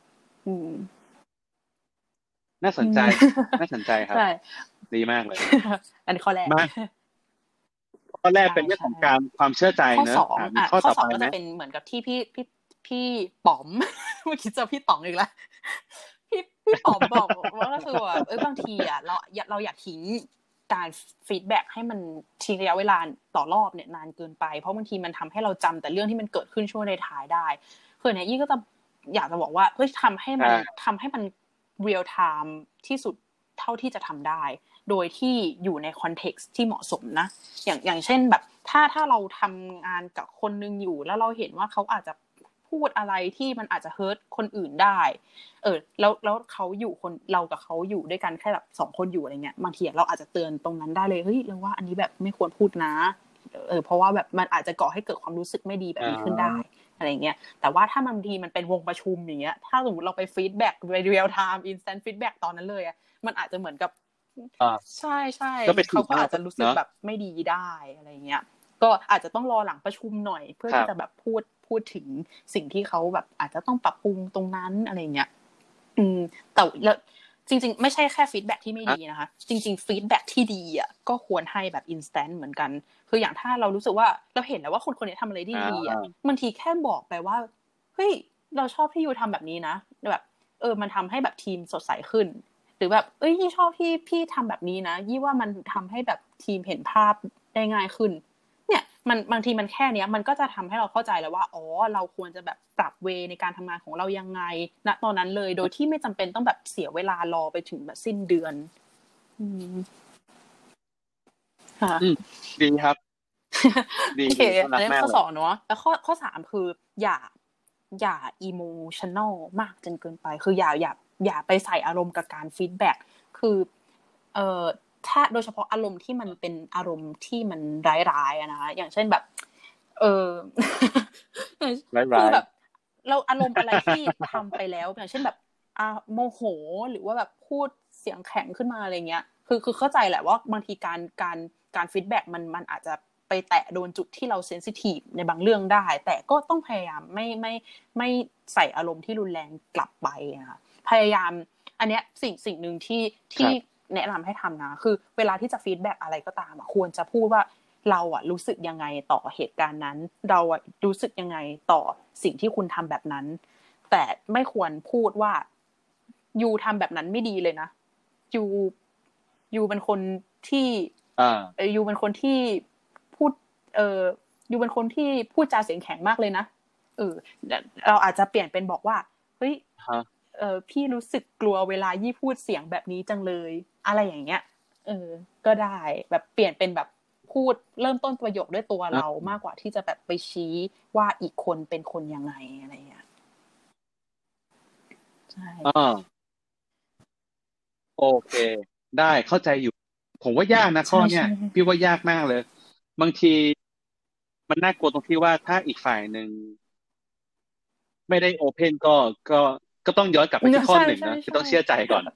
น่าสนใจครับดีมากเลยอันนี้ข้อแรกข้อแรกเป็นเรื่องของการความเชื่อใจเนอะข้อสองก็จะเป็นเหมือนกับที่พี่ป๋อมเมื่อกี้เจอพี่ป๋องอีกแล้วพี่ป๋อมบอกว่าก็คือว่าบางทีเราอยากทิ้งการฟีดแบ็กให้มันทิ้งระยะเวลาต่อรอบเนี่ยนานเกินไปเพราะบางทีมันทำให้เราจำแต่เรื่องที่มันเกิดขึ้นช่วงในท้ายได้คือเนี่ยยี่ก็จะอยากจะบอกว่าเฮ้ยทำให้มันเรียลไทม์ที่สุดเท่าที่จะทำได้โดยที่อยู่ในคอนเท็กซ์ที่เหมาะสมนะอย่างเช่นแบบถ้าเราทำงานกับคนนึงอยู่แล้วเราเห็นว่าเขาอาจจะพูดอะไรที่มันอาจจะเฮิร์ตคนอื่นได้แล้วเขาอยู่เรากับเขาอยู่ด้วยกันแค่แบบ2คนอยู่อะไรเงี้ยบางทีเราอาจจะเตือนตรงนั้นได้เลยเฮ้ยเราว่าอันนี้แบบไม่ควรพูดนะเพราะว่าแบบมันอาจจะก่อให้เกิดความรู้สึกไม่ดีแบบนี้ขึ้นได้อะไรเงี้ยแต่ว่าถ้าบางทีมันเป็นวงประชุมอย่างเงี้ยถ้าสมมติเราไปฟีดแบ็กเรียลไทม์อินสแตนต์ฟีดแบ็กตอนนั้นเลยมันอาจจะเหมือนกับใช่เขาก็อาจจะรู้สึกแบบไม่ดีได้อะไรเงี้ยก็อาจจะต้องรอหลังประชุมหน่อยเพื่อที่จะแบบพูดถึงสิ่งที่เขาแบบอาจจะต้องปรับปรุงตรงนั้นอะไรเงี้ยแต่แล้วจริงๆไม่ใช่แค่ฟีดแบ็กที่ไม่ดีนะคะจริงๆฟีดแบ็กที่ดีก็ควรให้แบบอินสแตนต์เหมือนกันคืออย่างถ้าเรารู้สึกว่าเราเห็นแล้วว่าคนนี้ทำอะไรได้ดีบางทีแค่บอกไปว่าเฮ้ยเราชอบที่ยูทำแบบนี้นะแบบมันทำให้แบบทีมสดใสขึ้นหรือแบบยี่ชอบที่พี่ทำแบบนี้นะยี่ว่ามันทำให้แบบทีมเห็นภาพได้ง่ายขึ้นเนี่ยมันบางทีมันแค่นี้มันก็จะทำให้เราเข้าใจแล้วว่าเราควรจะแบบปรับเวในการทำงานของเรายังไงณตอนนั้นเลยโดยที่ไม่จำเป็นต้องแบบเสียเวลารอไปถึงแบบสิ้นเดือนค่ะดีครับโอเคอันนี้ข้อ2เนาะแล้วข้อ3คืออย่าอีโมชันแนลมากจนเกินไปคืออย่าไปใส่อารมณ์กับการฟีดแบ็กคือถ้าโดยเฉพาะอารมณ์ที่มันเป็นอารมณ์ที่มันร้ายๆนะคะอย่างเช่นแบบคือแบบเราอารมณ์อะไรที่ทำไปแล้วอย่างเช่นแบบโมโหหรือว่าแบบพูดเสียงแข็งขึ้นมาอะไรเงี้ยคือเข้าใจแหละว่าบางทีการฟีดแบ็กมันอาจจะไปแตะโดนจุดที่เราเซนซิทีฟในบางเรื่องได้แต่ก็ต้องพยายามไม่ใส่อารมณ์ที่รุนแรงกลับไปนะคะพยายามอันเนี้ยสิ่งนึงที่แนะนำให้ทำนะคือเวลาที่จะฟีดแบ็กอะไรก็ตามควรจะพูดว่าเรารู้สึกยังไงต่อเหตุการณ์นั้นเรารู้สึกยังไงต่อสิ่งที่คุณทำแบบนั้นแต่ไม่ควรพูดว่ายูทำแบบนั้นไม่ดีเลยนะยูเป็นคนที่ยูเป็นคนที่พูดยูเป็นคนที่พูดจาเสียงแข็งมากเลยนะเราอาจจะเปลี่ยนเป็นบอกว่าเฮ้ยพี่รู้สึกกลัวเวลายี่พูดเสียงแบบนี้จังเลยอะไรอย่างเงี้ยก็ได้แบบเปลี่ยนเป็นแบบพูดเริ่มต้นประโยคด้วยตัวเรามากกว่าที่จะแบบไปชี้ว่าอีกคนเป็นคนยังไงอะไรอย่างเงี้ยใช่โอเคได้เข้าใจอยู่ผมว่ายากนะข้อเนี้ยพี่ว่ายากมากเลยบางทีมันน่ากลัวตรงที่ว่าถ้าอีกฝ่ายหนึ่งไม่ได้โอเพนก็ก็ต้องย้อนกลับไปที่ข้อหนึ่งนะคือต้องเชื่อใจก่อน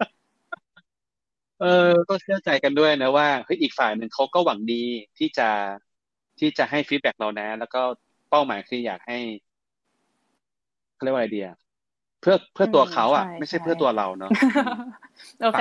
ต้องเชื่อใจกันด้วยนะว่าเฮ้ยอีกฝ่ายหนึ่งเขาก็หวังดีที่จะที่จะให้ฟีดแบ็กเรานะแล้วก็เป้าหมายคืออยากให้เขาเรียกว่าอะไรดีอะเพื่อตัวเขาอ่ะไม่ใช่เพื่อตัวเราเนาะโอเค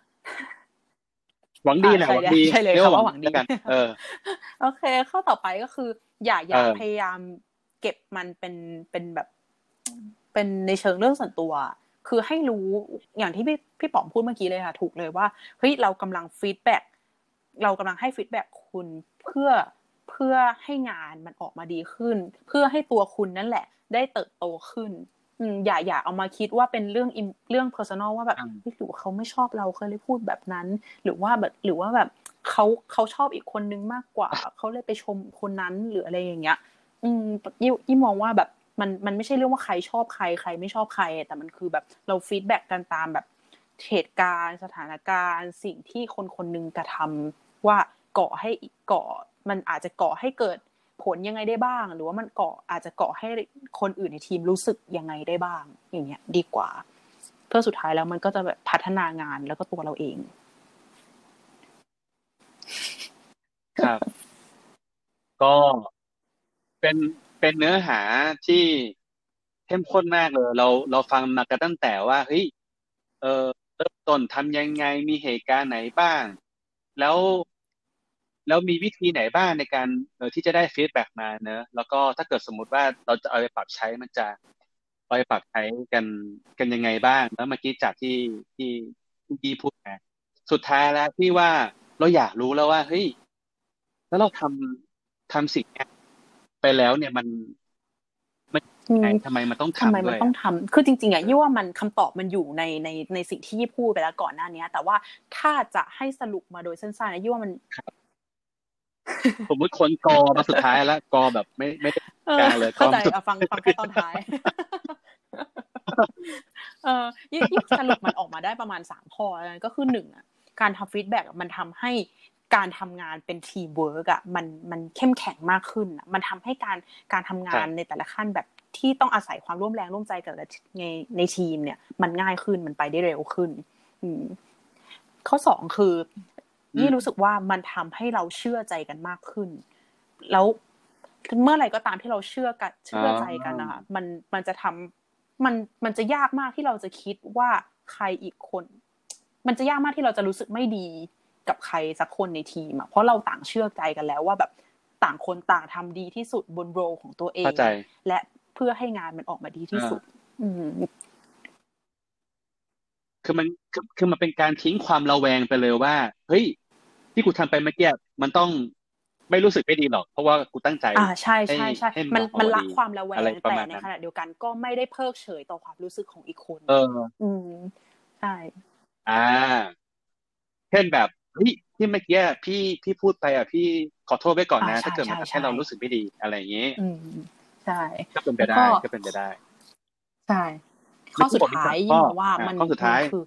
หวังดีแหละหวังดีใช่เลยเรียกว่าหวังดีกันโอเคข้อต่อไปก็คืออย่าพยายามเก็บมันเป็นแบบเป็นในเชิงเรื่องส่วนตัวคือให้รู้อย่างที่พี่ป๋อมพูดเมื่อกี้เลยค่ะถูกเลยว่าเฮ้ยเรากำลังฟีดแบ็กเรากำลังให้ฟีดแบ็กคุณเพื่อให้งานมันออกมาดีขึ้นเพื่อให้ตัวคุณนั่นแหละได้เติบโตขึ้นอย่าเอามาคิดว่าเป็นเรื่อง personal ว่าแบบหรือเขาไม่ชอบเราเคยเลยพูดแบบนั้นหรือว่าแบบเขาชอบอีกคนนึงมากกว่าเขาเลยไปชมคนนั้นหรืออะไรอย่างเงี้ยยี่มองว่าแบบมันไม่ใช่เรื่องว่าใครชอบใครไม่ชอบใครแต่มันคือแบบเราฟีดแบ็กกันตามแบบเหตุการณ์สถานการณ์สิ่งที่คนนึงกระทำว่าก่อมันอาจจะก่อให้เกิดผลยังไงได้บ้างหรือว่ามันอาจจะก่อให้คนอื่นในทีมรู้สึกยังไงได้บ้างอย่างเงี้ยดีกว่าเพื่อสุดท้ายแล้วมันก็จะแบบพัฒนางานแล้วก็ตัวเราเองครับก็เป็นเป็นเนื้อหาที่เข้มข้นมากเลยเราฟังมากันตั้งแต่ว่าเฮ้ยเออเริ่มต้นทำยังไงมีเหตุการณ์ไหนบ้างแล้วแล้วมีวิธีไหนบ้างในการที่จะได้ฟีดแบ็กมาเนอะแล้วก็ถ้าเกิดสมมุติว่าเราจะเอาไปปรับใช้มันจะเอาไปปรับใช้กันกันยังไงบ้างแล้วเมื่อกี้จากที่ที่พูดมาสุดท้ายแล้วพี่ว่าเราอยากรู้แล้วว่าเฮ้ยแล้วเราทำสิ่งนี้ไปแล้วเนี่ยมันยังไงทำไมมันต้องทำไมทำด้วยอ่ะมันต้องทำคือจริงๆยี่ว่ามันคำตอบมันอยู่ในสิ่งที่ยี่พูดไปแล้วก่อนหน้านี้แต่ว่าถ้าจะให้สรุปมาโดยสั้นๆยี่ว่ามันสมมุติคนกอมาสุดท้ายแล้วกอแบบไม่ได้กลางเลยกเข้าใจอมาสุดฟังแค่ตอนท้ายยี่สรุปมันออกมาได้ประมาณ3ข้อแล้วก็คือ1การทำฟีดแบ็กมันทำให้การทำงานเป็นทีมเวิร์กมันเข้มแข็งมากขึ้นมันทำให้การทำงานในแต่ละขั้นแบบที่ต้องอาศัยความร่วมแรงร่วมใจกันในทีมเนี่ยมันง่ายขึ้นมันไปได้เร็วขึ้นข้อ2คือนี่รู้สึกว่ามันทำให้เราเชื่อใจกันมากขึ้นแล้วเมื่อไหร่ก็ตามที่เราเชื่อใจกันนะคะมันจะทำมันจะยากมากที่เราจะคิดว่าใครอีกคนมันจะยากมากที่เราจะรู้สึกไม่ดีกับใครสักคนในทีมเพราะเราต่างเชื่อใจกันแล้วว่าแบบต่างคนต่างทำดีที่สุดบนโรของตัวเองและเพื่อให้งานมันออกมาดีที่สุดคือมันคือมันเป็นการทิ้งความระแวงไปเลยว่าเฮ้ยที่กูทำไปเมื่อกี้มันต้องไม่รู้สึกไม่ดีหรอกเพราะว่ากูตั้งใจใช่ให้มันออกมันมาดีละความระแวอะไรงประมาณนั้นแต่ในขณะเดียวกันก็ไม่ได้เพิกเฉยต่อความรู้สึกของอีกคนใช่อ่าเช่นแบบเฮ้ยที่เมื่อกี้พี่พูดไปอ่ะพี่ขอโทษไว้ก่อนนะถ้าเกิดมันทำให้เรารู้สึกไม่ดีอะไรอย่างนี้ใช่ก็เป็นไปได้ก็เป็นไปได้ใช่ข้อสุดท้ายยิ่งมองว่ามันคือ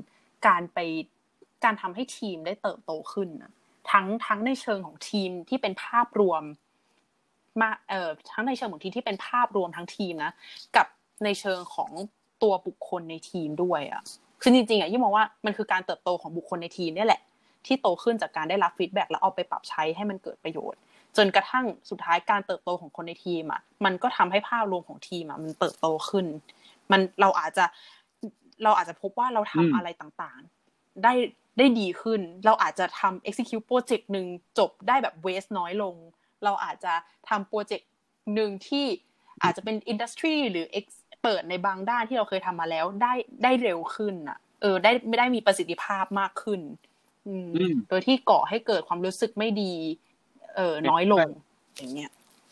การทำให้ทีมได้เติบโตขึ้นทั้งในเชิงของทีมที่เป็นภาพรวมมาทั้งในเชิงของทีมที่เป็นภาพรวมทั้งทีมนะกับในเชิงของตัวบุคคลในทีมด้วยคือจริงๆยิ่งมองว่ามันคือการเติบโตของบุคคลในทีมนี่แหละที่โตขึ้นจากการได้รับฟีดแบ็กแล้วเอาไปปรับใช้ให้มันเกิดประโยชน์จนกระทั่งสุดท้ายการเติบโตของคนในทีมอ่ะมันก็ทำให้ภาพรวมของทีมอ่ะมันเติบโตขึ้นมันเราอาจจะพบว่าเราทำอะไรต่างๆได้ดีขึ้นเราอาจจะทำ execute โปรเจกต์นึงจบได้แบบ waste น้อยลงเราอาจจะทำโปรเจกต์นึงที่อาจจะเป็น industry หรือ expert ในบางด้านที่เราเคยทำมาแล้วได้เร็วขึ้นอ่ะได้ไม่ได้มีประสิทธิภาพมากขึ้นโดยที่ก่อให้เกิดความรู้สึกไม่ดีน้อยลงอย่างเงี้ย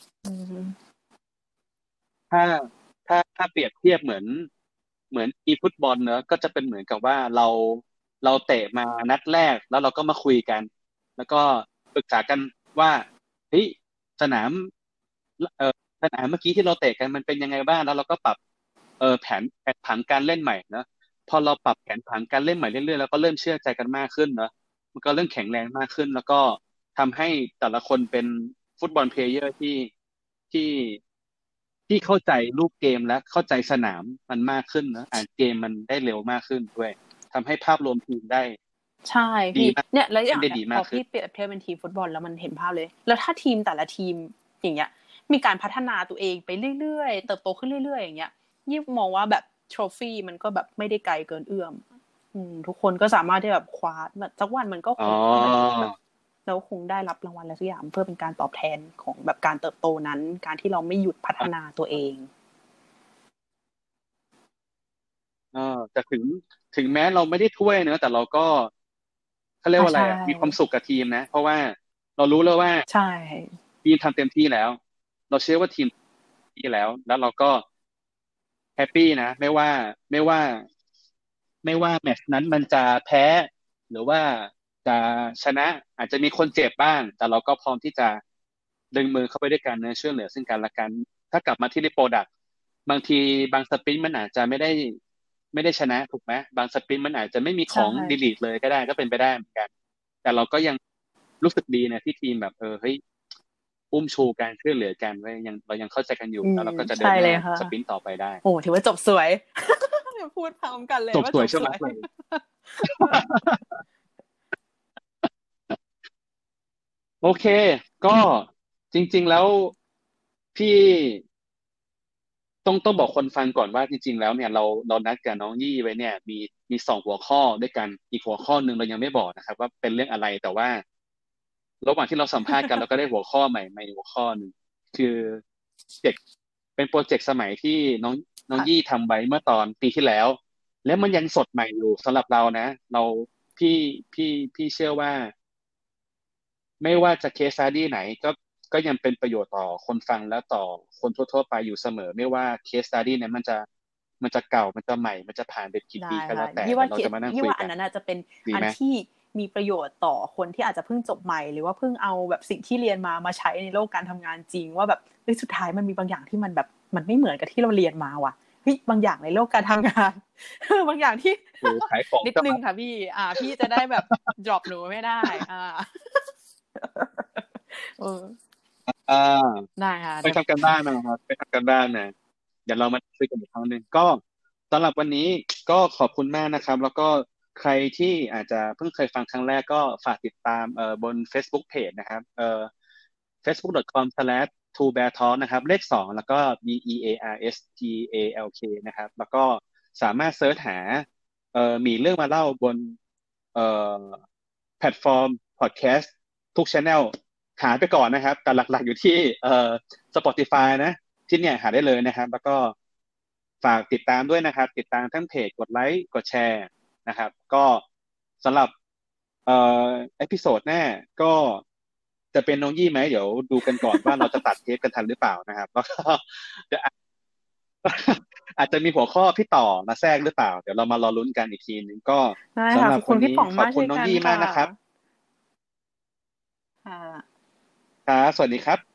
ถ้าถ้าเปรียบเทียบเหมือนทีฟุตบอลเนอะก็จะเป็นเหมือนกับว่าเราเตะมานัดแรกแล้วเราก็มาคุยกันแล้วก็ปรึกษากันว่าเฮ้ยสนามเออสนามเมื่อกี้ที่เราเตะกันมันเป็นยังไงบ้างแล้วเราก็ปรับแผนผังการเล่นใหม่เนอะพอเราปรับแผนผังการเล่นใหม่เรื่อยๆแล้วก็เริ่มเชื่อใจกันมากขึ้นเนอะมันก็เริ่มแข็งแรงมากขึ้นแล้วก็ทำให้แต่ละคนเป็นฟุตบอลเพลเยอร์ที่ที่เข้าใจรูปเกมและเข้าใจสนามมันมากขึ้นนะอ่านเกมมันได้เร็วมากขึ้นด้วยทำให้ภาพรวมทีมได้ใช่พี่เนี่ยแล้วอย่างพอพี่เเปรียบเทียบเป็นทีมฟุตบอลแล้วมันเห็นภาพเลยแล้วถ้าทีมแต่ละทีมอย่างเงี้ยมีการพัฒนาตัวเองไปเรื่อยๆเติบโตขึ้นเรื่อยๆอย่างเงี้ยยิ่งมองว่าแบบโทรฟี่มันก็แบบไม่ได้ไกลเกินเอื้อมทุกคนก็สามารถที่แบบคว้าแบบสักวันมันก็คงแล้วคงได้รับรางวัลอะไรสักอย่างเพื่อเป็นการตอบแทนของแบบการเติบโตนั้นการที่เราไม่หยุดพัฒนาตัวเองแต่ถึงแม้เราไม่ได้ถ้วยเนอะแต่เราก็เขาเรียกว่าอะไรมีความสุขกับทีมนะเพราะว่าเรารู้แล้วว่าใช่ทีมทำเต็มที่แล้วเราเชื่อว่าทีมที่แล้วเราก็แฮปปี้นะไม่ว่าแมตช์นั้นมันจะแพ้หรือว่าจะชนะอาจจะมีคนเจ็บบ้างแต่เราก็พร้อมที่จะดึงมือเข้าไปด้วยกันนะช่วยเหลือซึ่งกันและกันถ้ากลับมาที่โปรดักต์บางทีบางสปรินต์มันอาจจะไม่ได้ชนะถูกไหมบางสปรินต์มันอาจจะไม่มีของดีลีทเลยก็ได้ก็เป็นไปได้เหมือนกันแต่เราก็ยังรู้สึกดีนะที่ทีมแบบเฮ้ยอุ้มชูการช่วยเหลือกันไว้เรายังเข้าใจกันอยู่แล้วเราก็จะเดินหน้าสปรินต์ต่อไปได้โอ้ถือว่าจบสวยพูดพร้อมกันเลยจบสวยใช่ไหมโอเคก็จริงๆแล้วพี่ต้องบอกคนฟังก่อนว่าจริงๆแล้วเนี่ยเรานัดกับน้องยี่ไว้เนี่ยมีสองหัวข้อด้วยกันอีกหัวข้อหนึ่งเรายังไม่บอกนะครับว่าเป็นเรื่องอะไรแต่ว่าระหว่างที่เราสัมภาษณ์กันเราก็ได้หัวข้อใหม่ใหม่หัวข้อหนึ่งคือเด็กเป็นโปรเจกต์สมัยที่น้องยี่ทำไว้เมื่อตอนปีที่แล้วแล้วมันยังสดใหม่อยู่สำหรับเรานะพี่พี่พี่เชื่อว่า ไม่ว่าจะเคสสตัดดี้ไหนก็ยังเป็นประโยชน์ต่อคนฟังและต่อคนทั่วๆไปอยู่เสมอไม่ว่าเคสสตัดดี้นั้นมันจะเก่ามันจะใหม่มันจะผ่านไปกี่ปีก็แล้วแต่เราจะมานั่งคุยว่าอักันนนั้นจะเป็นดีไหมที่มีประโยชน์ต่อคนที่อาจจะเพิ่งจบใหม่หรือว่าเพิ่งเอาแบบสิ่งที่เรียนมาใช้ในโลกการทำงานจริงว่าแบบสุดท้ายมันมีบางอย่างที่มันแบบมันไม่เหมือนกับที่เราเรียนมาว่ะบางอย่างในโลกการทำงานบางอย่างที่ขายของนิดนึงค่ะพี่จะได้แบบ drop หนูไม่ได้ได้ค่ะไปทำกันบ้านนะครับไปทำกันบ้านนะเดี๋ยวเรามาคุยกันอีกครั้งหนึ่งก็สำหรับวันนี้ก็ขอบคุณมากนะครับแล้วก็ใครที่อาจจะเพิ่งเคยฟังครั้งแรกก็ฝากติดตามบน Facebook Page นะครับfacebook.com/2beartalk นะครับเลข2แล้วก็ BEARSTALK นะครับแล้วก็สามารถเซิร์ชหามีเรื่องมาเล่าบนเอ่อแพลตฟอร์มพอดแคสต์ทุกช anel หาไปก่อนนะครับแต่หลักๆอยู่ที่Spotify นะที่เนี่ยหาได้เลยนะครับแล้วก็ฝากติดตามด้วยนะครับติดตามทั้งเพจกดไลค์กดแชร์นะครับก็สำหรับเอ่อเอพิโซดหน้าก็จะเป็นน้องยี่ไหมเดี๋ยวดูกันก่อนว่าเราจะตัดเทปกันทันหรือเปล่านะครับแล้วก็เดี๋ยวอาจจะมีหัวข้อพี่ต่อมาแทรกหรือเปล่าเดี๋ยวเรามารอลุ้นกันอีกทีนึงก็สำหรับวันนี้ขอบคุณน้องยี่มากนะครับค่ะครับสวัสดีครับ